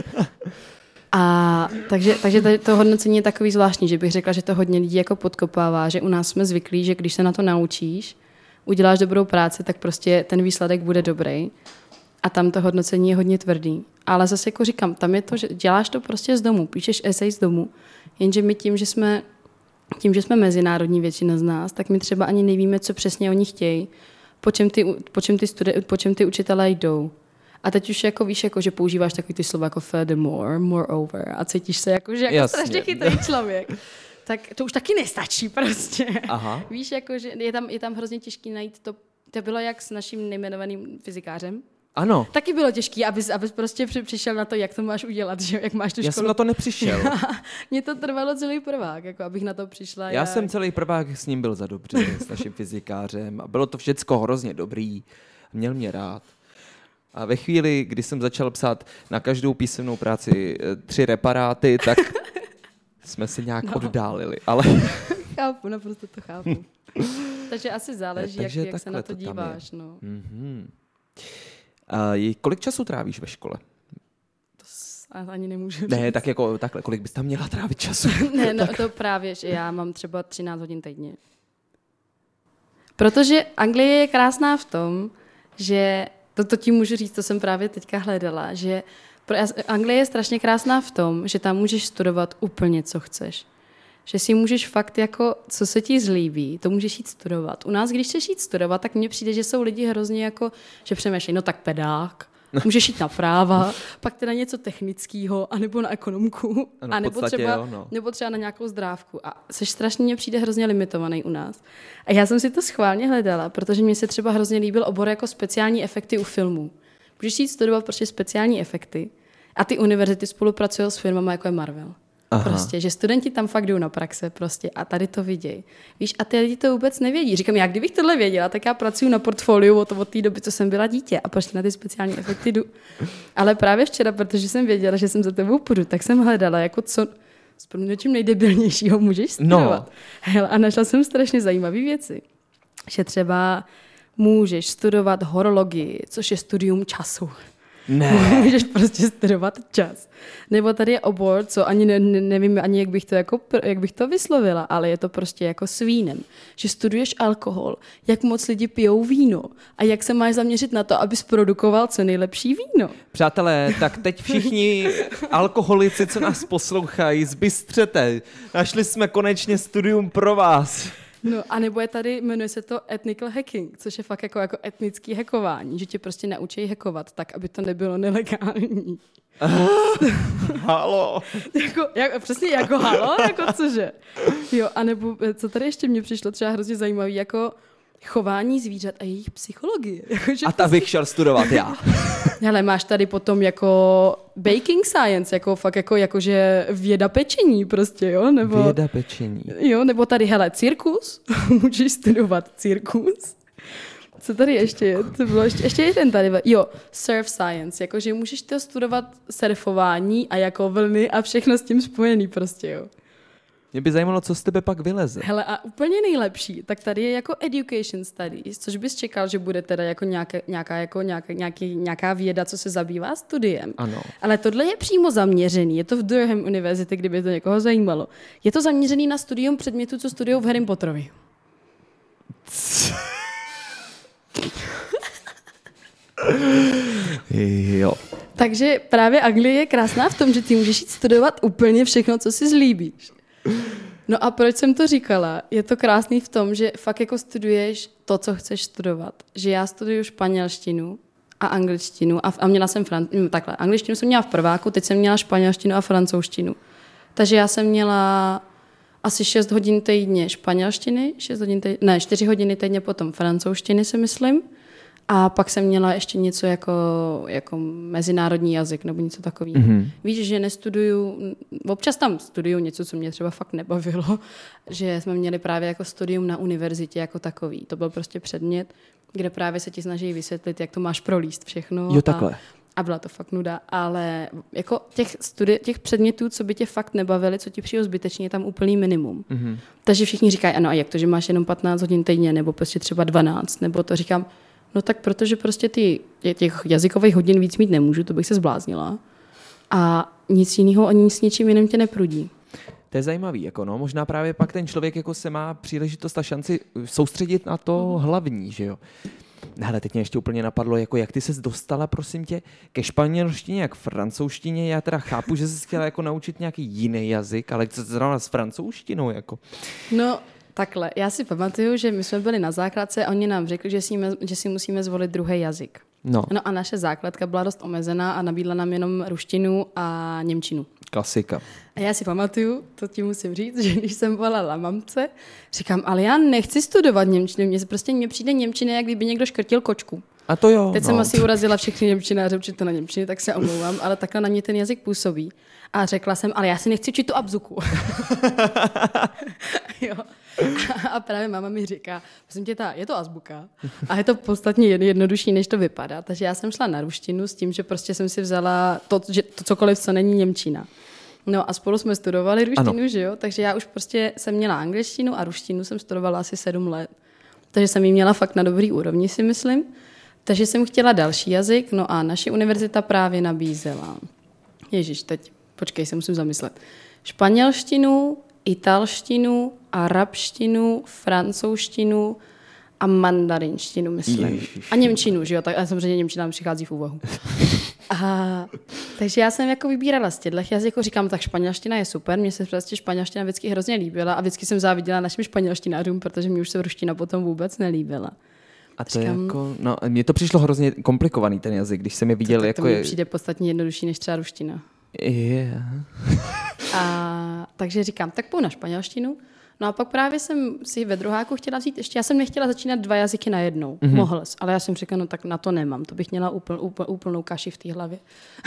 C: A takže to hodnocení je takový zvláštní, že bych řekla, že to hodně lidí jako podkopává, že u nás jsme zvyklí, že když se na to naučíš, uděláš dobrou práci, tak prostě ten výsledek bude dobrý. A tam to hodnocení je hodně tvrdý. Ale zase jako říkám, tam je to, že děláš to prostě z domu, píšeš esej z domu, jenže my tím, že jsme mezinárodní většina z nás, tak my třeba ani nevíme, co přesně oni chtějí, po čem ty učitelé jdou. A teď už jako víš, jako, že používáš takový ty slova jako furthermore, moreover a cítíš se jako, že jako strašně chytrý člověk. Tak to už taky nestačí prostě.
B: Aha.
C: Víš, jako, že je tam hrozně těžký najít to. To bylo jak s naším nejmenovaným fyzikářem.
B: Ano.
C: Taky bylo těžké, abys prostě přišel na to, jak to máš udělat, že jak máš tu školu.
B: Já jsem na to nepřišel.
C: Mně to trvalo celý prvák, jako abych na to přišla.
B: Já jsem celý prvák s ním byl za dobře, s naším fyzikářem a bylo to všecko hrozně dobrý. Měl mě rád. A ve chvíli, kdy jsem začal psát na každou písemnou práci 3 reparáty, tak jsme se nějak oddálili. Ale...
C: Chápu, naprosto to chápu. Takže asi záleží, jak se na to díváš. No.
B: Kolik času trávíš ve škole?
C: To ani nemůžu říct.
B: Ne, tak jako takhle, kolik bys tam měla trávit času?
C: Ne, no to právě, že já mám třeba 13 hodin týdně. Protože Anglie je krásná v tom, že, to ti můžu říct, to jsem právě teďka hledala, že Anglie je strašně krásná v tom, že tam můžeš studovat úplně, co chceš. Že si můžeš fakt jako, co se ti zlíbí, to můžeš jít studovat. U nás, když chceš jít studovat, tak mně přijde, že jsou lidi hrozně jako, že přemýšlejí, no tak pedák, můžeš jít na práva, pak teda něco technického, anebo na ekonomku,
B: ano,
C: anebo nebo třeba na nějakou zdrávku. A seš strašně, mně přijde hrozně limitovaný u nás. A já jsem si to schválně hledala, protože mně se třeba hrozně líbil obor jako speciální efekty u filmů. Můžeš jít studovat prostě speciální efekty a ty univerzity spolupracují s firmama jako je Marvel. Aha. Prostě, že studenti tam fakt jdou na praxe prostě a tady to vidějí. Víš, a ty lidi to vůbec nevědí. Říkám, já kdybych tohle věděla, tak já pracuji na portfoliu od té doby, co jsem byla dítě a prostě na ty speciální efekty jdu. Ale právě včera, protože jsem věděla, že jsem za tebou půjdu, tak jsem hledala, jako co s čím nejdebilnějšího můžeš studovat. No. Hele, a našla jsem strašně zajímavé věci. Že třeba můžeš studovat horologii, což je studium času.
B: Ne.
C: Můžeš prostě studovat čas. Nebo tady je obor, co ani nevím ani, jak bych to vyslovila, ale je to prostě jako s vínem. Že studuješ alkohol, jak moc lidi pijou víno a jak se máš zaměřit na to, abys produkoval co nejlepší víno.
B: Přátelé, tak teď všichni alkoholici, co nás poslouchají, zbystřete. Našli jsme konečně studium pro vás.
C: No a nebo je tady, jmenuje se to ethnical hacking, což je fakt jako etnický hackování, že tě prostě naučí hackovat tak, aby to nebylo nelegální.
B: Halo.
C: Přesně jako halo, jako cože. Jo, a nebo co tady ještě mně přišlo třeba hrozně zajímavý, jako chování zvířat a jejich psychologii. Jako,
B: A ta bych šel studovat já.
C: Ale máš tady potom jako baking science, jako fakt jakože věda pečení prostě, jo? Nebo,
B: věda pečení.
C: Jo, nebo tady, hele, cirkus. Můžeš studovat cirkus. Co tady ještě je? To bylo ještě jeden tady. Jo, surf science, jakože můžeš to studovat surfování a jako vlny a všechno s tím spojený prostě, jo.
B: Mě by zajímalo, co z tebe pak vyleze.
C: Hele, a úplně nejlepší, tak tady je jako education studies, což bys čekal, že bude teda jako nějaká věda, co se zabývá studiem.
B: Ano.
C: Ale tohle je přímo zaměřený, je to v Durham univerzitě, kdyby to někoho zajímalo. Je to zaměřený na studium předmětů, co studují v Harry Potterovi.
B: Jo.
C: Takže právě Anglie je krásná v tom, že ty můžeš jít studovat úplně všechno, co si zlíbíš. No a proč jsem to říkala? Je to krásný v tom, že fakt jako studuješ to, co chceš studovat. Že já studuju španělštinu a angličtinu a měla jsem takhle. Angličtinu jsem měla v prváku, teď jsem měla španělštinu a francouzštinu. Takže já jsem měla asi 6 hodin týdně španělštiny, 4 hodiny týdně potom francouzštiny, si myslím. A pak jsem měla ještě něco jako mezinárodní jazyk nebo něco takového. Mm-hmm. Víš, že nestuduju, občas tam studuju něco, co mě třeba fakt nebavilo, že jsme měli právě jako studium na univerzitě jako takový. To byl prostě předmět, kde právě se ti snaží vysvětlit, jak to máš prolíst všechno.
B: Jo, takhle.
C: A byla to fakt nuda, ale jako těch předmětů, co by tě fakt nebavily, co ti přijde zbytečně, je tam úplný minimum. Mm-hmm. Takže všichni říkají, ano, a jak to, že máš jenom 15 hodin týdně, nebo prostě třeba 12, nebo to říkám, no tak protože prostě těch jazykových hodin víc mít nemůžu, to bych se zbláznila. A nic jiného ani s ničím jiným tě neprudí.
B: To je zajímavý, jako no, možná právě pak ten člověk jako se má příležitost a šanci soustředit na to hlavní, že jo. Hele, teď mě ještě úplně napadlo, jako jak ty ses dostala, prosím tě, ke španělštině, jak francouzštině. Já teda chápu, že jsi chtěla jako naučit nějaký jiný jazyk, ale co zrovna s francouzštinou, jako?
C: No, takhle. Já si pamatuju, že my jsme byli na základce a oni nám řekli, že si musíme zvolit druhý jazyk. No a naše základka byla dost omezená a nabídla nám jenom ruštinu a němčinu.
B: Klasika.
C: A já si pamatuju, to ti musím říct, že když jsem volala mamce, říkám, ale já nechci studovat němčinu, mně přijde němčina, jak kdyby někdo škrtil kočku.
B: A to jo.
C: Teď jsem asi urazila všechny němčináře učit to na němčině, tak se omlouvám, ale takhle na mě ten jazyk působí. A řekla jsem, ale já si nechci učit tu abzuku. Jo. A právě máma mi říká, prosím tě, je to azbuka a je to podstatně jednodušší, než to vypadá. Takže já jsem šla na ruštinu s tím, že prostě jsem si vzala to cokoliv, co není němčina. No a spolu jsme studovali ruštinu, ano. Že jo? Takže já už prostě jsem měla angličtinu a ruštinu jsem studovala asi 7 let. Takže jsem ji měla fakt na dobrý úrovni, si myslím. Takže jsem chtěla další jazyk, no a naše univerzita právě nabízela. Ježiš, teď, počkej, se musím zamyslet. Španělštinu, italštinu, arabštinu, francouzštinu a mandarinštinu, myslím. Ježiš. A němčinu, že jo? Tak, ale samozřejmě němčina nám přichází v úvahu. Takže já jsem jako vybírala z těchto jazyků, říkám, tak španělština je super, mně se prostě španělština vždycky hrozně líbila a vždycky jsem záviděla našim španělštinářům, protože mi už se ruština potom vůbec nelíbila.
B: A to říkám, je jako, no, mně to přišlo hrozně komplikovaný ten jazyk, když jsem je viděl.
C: To mi přijde podstatně jednodušší než třeba ruština.
B: Yeah.
C: Takže říkám, tak půjdu na španělštinu. No a pak právě jsem si ve druháku chtěla vzít ještě, já jsem nechtěla začínat 2 jazyky najednou, mohl, ale já jsem řekla, no tak na to nemám, to bych měla úplnou kaši v té hlavě.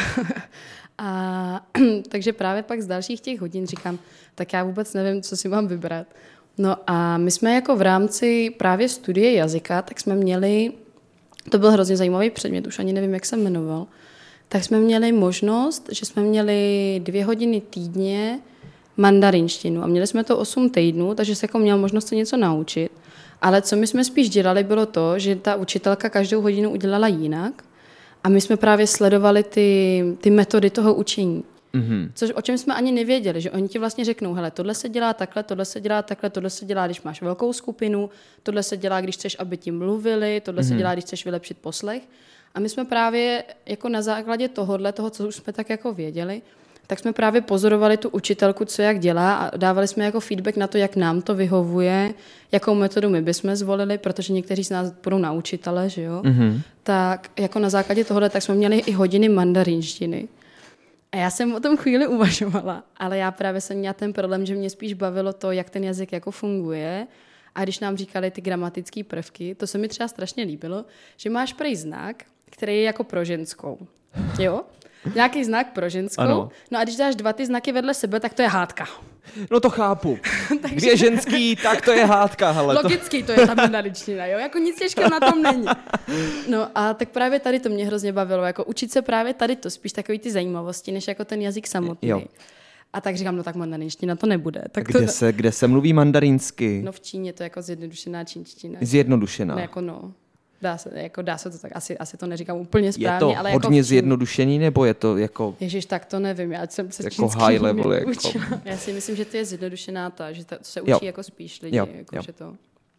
C: Takže právě pak z dalších těch hodin říkám, tak já vůbec nevím, co si mám vybrat. No a my jsme jako v rámci právě studie jazyka, tak jsme měli, to byl hrozně zajímavý předmět, už ani nevím, jak se jmenoval, tak jsme měli možnost, že jsme měli 2 hodiny týdně mandarinštinu a měli jsme to 8 týdnů, takže se jako měl možnost se něco naučit. Ale co my jsme spíš dělali, bylo to, že ta učitelka každou hodinu udělala jinak A my jsme právě sledovali ty metody toho učení. Což o čem jsme ani nevěděli, že oni ti vlastně řeknou, hele, tohle se dělá takhle, tohle se dělá takhle, tohle se dělá, když máš velkou skupinu, tohle se dělá, když chceš, aby ti mluvili, tohle se dělá, když chceš vylepšit poslech. A my jsme právě jako na základě toho, co už jsme tak jako věděli, tak jsme právě pozorovali tu učitelku, co jak dělá a dávali jsme jako feedback na to, jak nám to vyhovuje, jakou metodu my bychom zvolili, protože někteří z nás budou na učitele, že jo? Tak jako na základě tohohle, tak jsme měli i hodiny mandarinštiny. A já jsem o tom chvíli uvažovala, ale já právě jsem měla ten problém, že mě spíš bavilo to, jak ten jazyk jako funguje. A když nám říkali ty gramatické prvky, to se mi třeba strašně líbilo, že máš prej znak, který je jako pro ženskou. Jo? Nějaký znak pro ženskou.
B: Ano.
C: No a když dáš 2 ty znaky vedle sebe, tak to je hádka.
B: No to chápu. 2 ženský, tak to je hádka. Hele,
C: logicky to je ta mandarinština, jo? Jako nic těžkého na tom není. No a tak právě tady to mě hrozně bavilo, jako učit se právě tady to, spíš takový ty zajímavosti, než jako ten jazyk samotný. Jo. A tak říkám, no tak mandarinština to nebude. Tak
B: kde se mluví mandarinsky?
C: No v Číně to je jako zjednodušená čínština.
B: Zjednodušená.
C: No, jako no. Dá se to tak, asi to neříkám úplně správně.
B: Je to
C: ale
B: hodně
C: jako
B: zjednodušení, nebo je to jako...
C: Ježiš, tak to nevím, já jsem se
B: jako high level, jako...
C: Já si myslím, že to je zjednodušená že to se učí jako spíš lidi. Že to.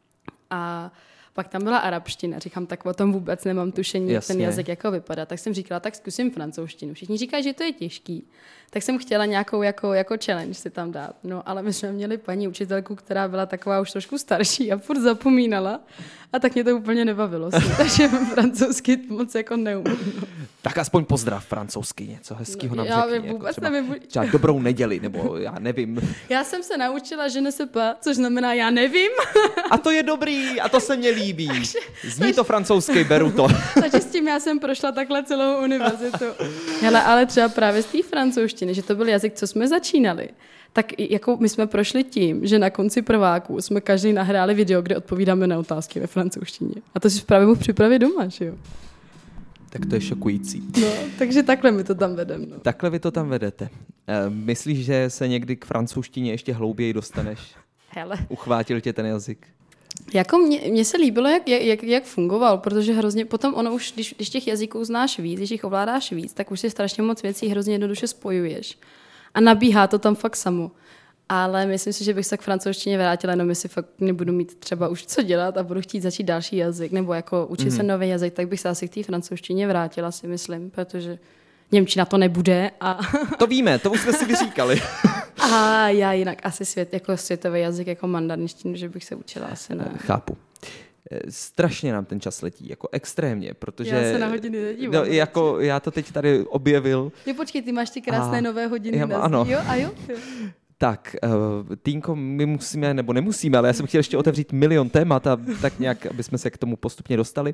C: A pak tam byla arabština, říkám, tak o tom vůbec nemám tušení, jak ten jazyk jako vypadá. Tak jsem říkala, tak zkusím francouzštinu. Všichni říkají, že to je těžký. Tak jsem chtěla nějakou jako challenge si tam dát. No, ale my jsme měli paní učitelku, která byla taková už trošku starší a furt zapomínala. A tak mě to úplně nebavilo. Takže francouzsky moc jako neumím. No.
B: Tak aspoň pozdrav francouzsky, něco hezkýho nám
C: já
B: řekni.
C: Vůbec
B: jako
C: nevím.
B: Třeba dobrou neděli, nebo já nevím.
C: Já jsem se naučila, že ne sais pas, což znamená já nevím.
B: A to je dobrý, a to se mně líbí. Zní to francouzsky, beru to.
C: Takže s tím já jsem prošla takhle celou univerzitu. Hele, ale třeba právě z té francouzštiny, že to byl jazyk, co jsme začínali, tak jako my jsme prošli tím, že na konci prváku jsme každý nahráli video, kde odpovídáme na otázky ve francouzštině. A to si právě mohl připravit doma, že jo?
B: Tak to je šokující.
C: No, takže takhle my to tam vedeme. No.
B: Takhle vy to tam vedete. Myslíš, že se někdy k francouzštině ještě hlouběji dostaneš?
C: Hele.
B: Uchvátil tě ten jazyk?
C: Jako mně se líbilo, jak fungoval, protože hrozně potom ono už, když těch jazyků znáš víc, když jich ovládáš víc, tak už si strašně moc věcí hrozně jednoduše spojuješ. A nabíhá to tam fakt samo. Ale myslím si, že bych se k francouzštině vrátila, jenom jestli fakt nebudu mít třeba už co dělat a budu chtít začít další jazyk, nebo jako učit se nový jazyk, tak bych se asi k té francouzštině vrátila, si myslím, protože němčina to nebude. A
B: to víme, to už jsme si vyříkali.
C: A já jinak asi světový jazyk, jako mandarinštinu, že bych se učila asi ne.
B: Chápu. Strašně nám ten čas letí, jako extrémně, protože...
C: Já se na hodiny nedívám.
B: No, jako já to teď tady objevil.
C: Jo, počkej, ty máš ty krásné nové hodiny.
B: Ano.
C: Jo.
B: Tak, Týnko, my musíme, nebo nemusíme, ale já jsem chtěl ještě otevřít milion témat a tak nějak, aby jsme se k tomu postupně dostali.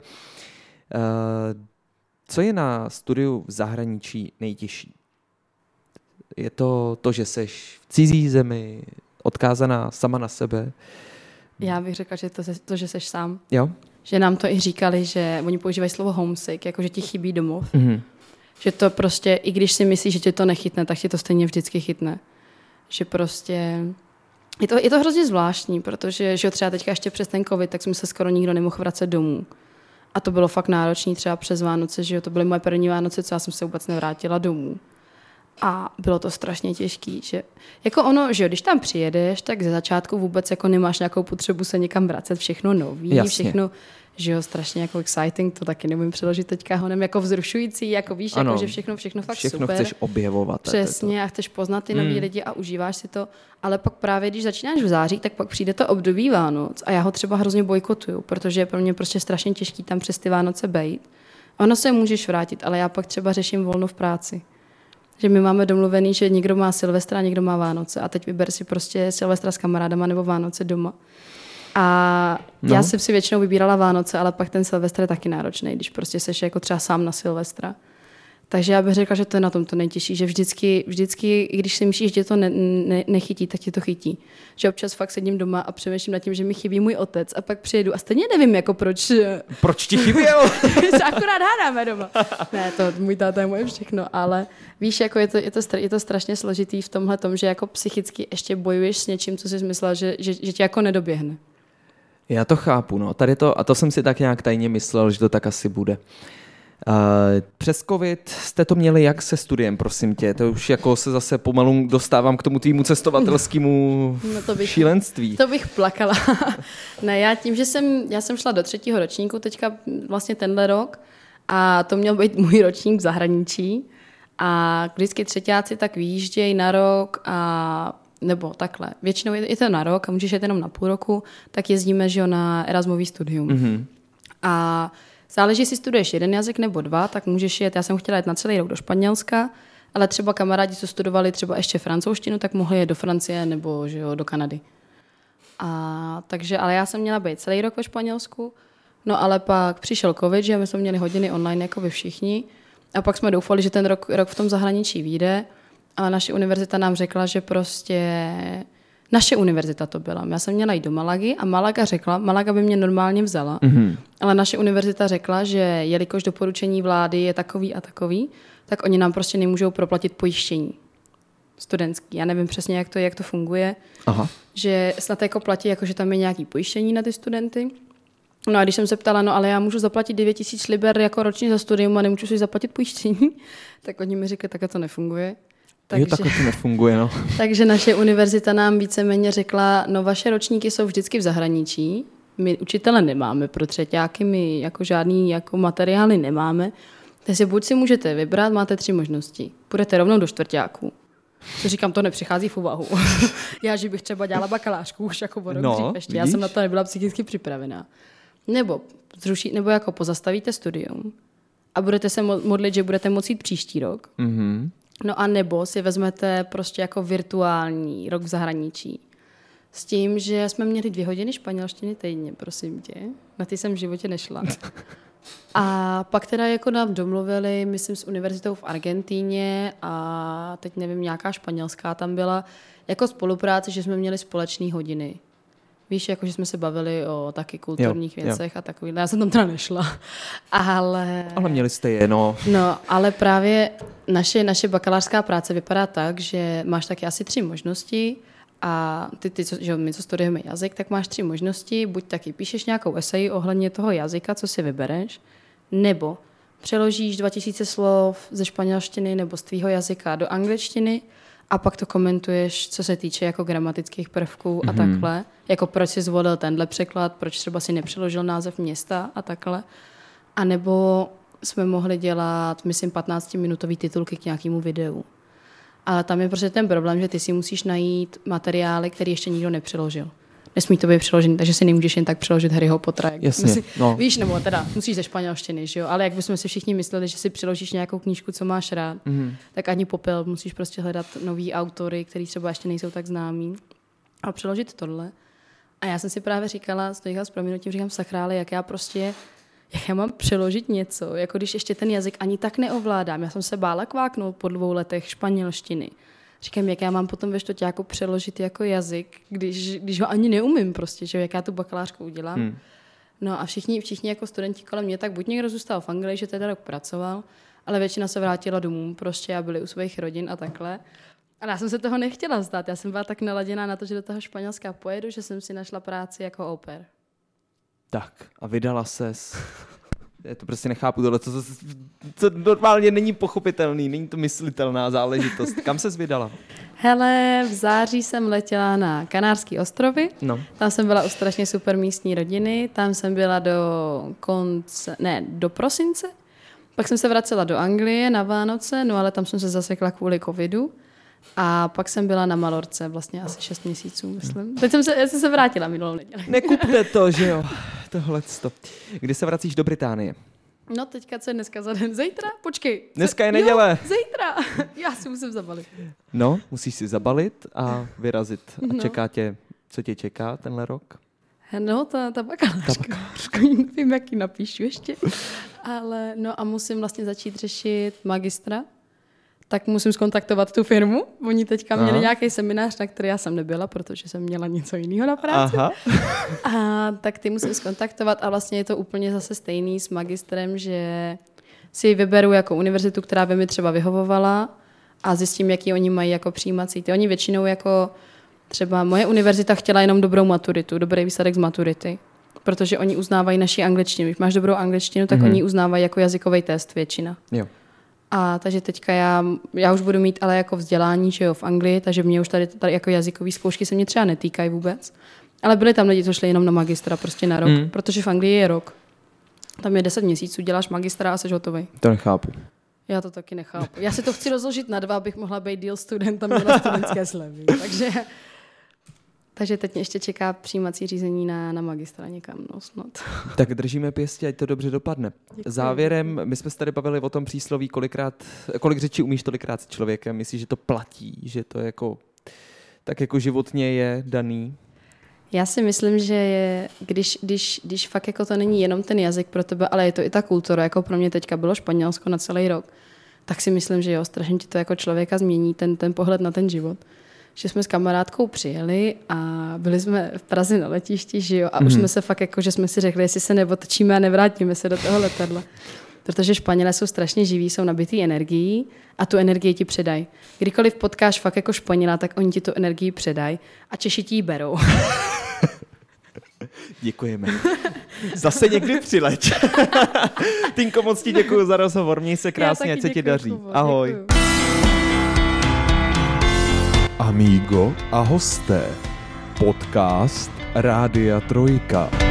B: Co je na studiu v zahraničí nejtěžší? Je to, že seš v cizí zemi, odkázaná sama na sebe?
C: Já bych řekla, že to, že seš sám.
B: Jo?
C: Že nám to i říkali, že oni používají slovo homesick, jako že ti chybí domov. Mm-hmm. Že to prostě, i když si myslíš, že tě to nechytne, tak tě to stejně vždycky chytne. Že prostě... Je to hrozně zvláštní, protože že třeba teďka ještě přes ten covid, tak jsme se skoro nikdo nemohl vracet domů. A to bylo fakt náročné třeba přes Vánoce, že jo, to byly moje první Vánoce, co já jsem se vůbec nevrátila domů. A bylo to strašně těžký, že jako ono, že jo, když tam přijedeš, tak ze začátku vůbec jako nemáš nějakou potřebu se někam vracet, všechno nový,
B: Jasně.
C: Všechno, že jo, strašně jako exciting, to taky nemůžu přeložit teďka honem, jako vzrušující, jako víš, ano, jako, že všechno fakt
B: všechno
C: super.
B: Chceš objevovat.
C: Přesně a chceš poznat ty nový lidi a užíváš si to, ale pak právě, když začínáš v září, tak pak přijde to období Vánoc a já ho třeba hrozně bojkotuju, protože je pro mě prostě strašně těžký tam přes ty Vánoce bejt. Ono se můžeš vrátit, ale já pak třeba řeším volno v práci. Že my máme domluvený, že někdo má Silvestra a někdo má Vánoce a teď vyber si prostě Silvestra s kamarádama nebo Vánoce doma. A já jsem si většinou vybírala Vánoce, ale pak ten Silvestr je taky náročný, když prostě seš jako třeba sám na Silvestra. Takže já bych řekla, že to je na tom to nejtěžší, že vždycky, i když si myslíš, že tě to nechytí, tak tě to chytí. Že občas fakt sedím doma a přemýšlím nad tím, že mi chybí můj otec a pak přijedu a stejně nevím, jako proč.
B: Proč ti chyběl?
C: Se akorát hádáme doma. Ne, to můj táta je moje všechno, ale víš, jako je to strašně složitý v tomhle tom, že jako psychicky ještě bojuješ s něčím, co jsi myslela, že tě jako nedoběhne.
B: Já to chápu, no. Tady to, a to jsem si tak nějak tajně myslel, že to tak asi bude. Přes covid jste to měli jak se studiem, prosím tě? To už jako se zase pomalu dostávám k tomu tvýmu cestovatelskému šílenství.
C: To bych plakala. Ne, já tím, že já jsem šla do 3. ročníku teďka vlastně tenhle rok a to měl být můj ročník v zahraničí a vždycky třeťáci tak vyjíždějí na rok a nebo takhle. Většinou je to na rok a můžeš jet jenom na půl roku, tak jezdíme, že na Erasmový studium. Mm-hmm. A záleží, jestli studuješ jeden jazyk nebo dva, tak můžeš jet, já jsem chtěla jet na celý rok do Španělska, ale třeba kamarádi, co studovali třeba ještě francouzštinu, tak mohli jet do Francie nebo že jo, do Kanady. Ale já jsem měla být celý rok ve Španělsku, no ale pak přišel covid, že my jsme měli hodiny online jako vy všichni a pak jsme doufali, že ten rok v tom zahraničí vyjde, ale naše univerzita nám řekla, že prostě naše univerzita to byla. Já jsem měla jít do Malagy a Malaga by mě normálně vzala, ale naše univerzita řekla, že jelikož doporučení vlády je takový a takový, tak oni nám prostě nemůžou proplatit pojištění studentský. Já nevím přesně, jak to funguje. Aha. Že snad jako platí, jako že tam je nějaký pojištění na ty studenty. No a když jsem se ptala, no ale já můžu zaplatit 9 000 liber jako ročně za studium a nemůžu si zaplatit pojištění, tak oni mi řekli, tak to nefunguje.
B: Takhle to nefunguje, no.
C: Takže naše univerzita nám víceméně řekla, no vaše ročníky jsou vždycky v zahraničí, my učitele nemáme pro třeťáky, my jako žádný jako materiály nemáme, takže buď si můžete vybrat, máte 3 možnosti. Půjdete rovnou do čtvrťáků. Co říkám, to nepřichází v úvahu. Já, že bych třeba dělala bakalářku už jako o rok dřív ještě. Já jsem na to nebyla psychicky připravená. Nebo jako pozastavíte studium a budete se modlit, že budete moci jít příští rok. Mm-hmm. No a nebo si vezmete prostě jako virtuální rok v zahraničí. S tím, že jsme měli 2 hodiny španělštiny týdně, prosím tě. Na ty jsem v životě nešla. A pak teda jako nám domluvili, myslím, s univerzitou v Argentíně a teď nevím, nějaká španělská tam byla, jako spolupráce, že jsme měli společné hodiny. Víš, jako že jsme se bavili o taky kulturních věcech a takových. Já jsem tam teda nešla. Ale
B: měli jste je, no.
C: No, ale právě naše bakalářská práce vypadá tak, že máš taky asi 3 možnosti a my, co studujeme jazyk, tak máš 3 možnosti. Buď taky píšeš nějakou esej ohledně toho jazyka, co si vybereš, nebo přeložíš 2000 slov ze španělštiny nebo z tvýho jazyka do angličtiny a pak to komentuješ, co se týče jako gramatických prvků a takhle. Jako proč jsi zvolil tenhle překlad, proč třeba si nepřeložil název města a takhle. A nebo jsme mohli dělat, myslím, 15-minutový titulky k nějakému videu. Ale tam je prostě ten problém, že ty si musíš najít materiály, které ještě nikdo nepřeložil. Nesmí to být přeložený, takže si nemůžeš jen tak přeložit Harryho Pottera.
B: Jasně, no.
C: Víš, nebo teda musíš ze španělštiny, že jo? Ale jak bychom si všichni mysleli, že si přeložíš nějakou knížku, co máš rád, tak ani popel, musíš prostě hledat nový autory, který třeba ještě nejsou tak známí a přeložit tohle. A já jsem si právě říkala, stojila s prominutím, říkám, sakrále, jak já mám přeložit něco, jako když ještě ten jazyk ani tak neovládám. Já jsem se bála kváknout po 2 letech španělštiny. Říkám, jak já mám potom ve čtvrťáku přeložit jako jazyk, když ho ani neumím prostě, že jak já tu bakalářku udělám. No a všichni jako studenti kolem mě, tak buď někdo zůstal v Anglii, že teda rok pracoval, ale většina se vrátila domů prostě a byli u svých rodin a takhle. Ale já jsem se toho nechtěla vzdát. Já jsem byla tak naladěná na to, že do toho Španělska pojedu, že jsem si našla práci jako au pair.
B: Tak a vydala ses. Já to prostě nechápu tohle, co normálně není pochopitelný, není to myslitelná záležitost. Kam ses vydala?
C: Hele, v září jsem letěla na Kanárské ostrovy. No. Tam jsem byla u strašně super místní rodiny. Tam jsem byla do prosince. Pak jsem se vracela do Anglie na Vánoce, no ale tam jsem se zasekla kvůli covidu. A pak jsem byla na Malorce vlastně asi 6 měsíců, myslím. Teď jsem se vrátila minulou neděli.
B: Nekupte to, že jo? Tohleto. Kdy se vracíš do Británie?
C: No teďka, co je dneska za den? Zítra? Počkej.
B: Dneska je neděle.
C: Jo, zítra. Já si musím zabalit.
B: No, musíš si zabalit a vyrazit. A čeká tě, co tě čeká tenhle rok?
C: No, ta bakalářka. Nevím, jak ji napíšu ještě. Ale no a musím vlastně začít řešit magistra. Tak musím zkontaktovat tu firmu. Oni teďka měli nějaký seminář, na který já jsem nebyla, protože jsem měla něco jiného na práci. Aha. A tak ty musím zkontaktovat a vlastně je to úplně zase stejný s magistrem, že si vyberu jako univerzitu, která by mi třeba vyhovovala a zjistím, jaký oni mají jako přijímací. Ty oni většinou jako třeba moje univerzita chtěla jenom dobrou maturitu, dobrý výsledek z maturity. protože oni uznávají naši angličtinu. Když máš dobrou angličtinu, tak oni uznávají jako jazykový test většina.
B: Jo.
C: A takže teďka já už budu mít ale jako vzdělání, že jo, v Anglii, takže mě už tady jako jazykový zkoušky se mě třeba netýkají vůbec. Ale byli tam lidi, co šli jenom na magistra, prostě na rok, protože v Anglii je rok. Tam je 10 měsíců, děláš magistra a jsi hotovej.
B: To nechápu.
C: Já to taky nechápu. Já si to chci rozložit na 2, abych mohla být deal student a měla studentské slevy. Takže teď mě ještě čeká přijímací řízení na magistra někam. No, snad.
B: Tak držíme pěstí, ať to dobře dopadne.
C: Děkuji.
B: Závěrem, my jsme se tady bavili o tom přísloví, kolik řečí umíš, tolikrát s člověkem. Myslíš, že to platí, že to jako, tak jako životně je daný?
C: Já si myslím, že když fakt jako to není jenom ten jazyk pro tebe, ale je to i ta kultura, jako pro mě teďka bylo Španělsko na celý rok, tak si myslím, že jo, strašně ti to jako člověka změní, ten pohled na ten život. Že jsme s kamarádkou přijeli a byli jsme v Praze na letišti, že jo, a už jsme se fakt jako, že jsme si řekli, jestli se neotočíme a nevrátíme se do toho letadla. Protože Španělé jsou strašně živí, jsou nabitý energií a tu energii ti předají. Kdykoliv potkáš fakt jako Španěla, tak oni ti tu energii předají a Češi ti ji berou.
B: Děkujeme. Zase někdy přileď. Tinko, moc ti děkuju za rozhovor, měj se krásně, ať se ti daří. Ahoj.
C: Děkuju.
A: Amigo a hosté. Podcast Rádia Trojka.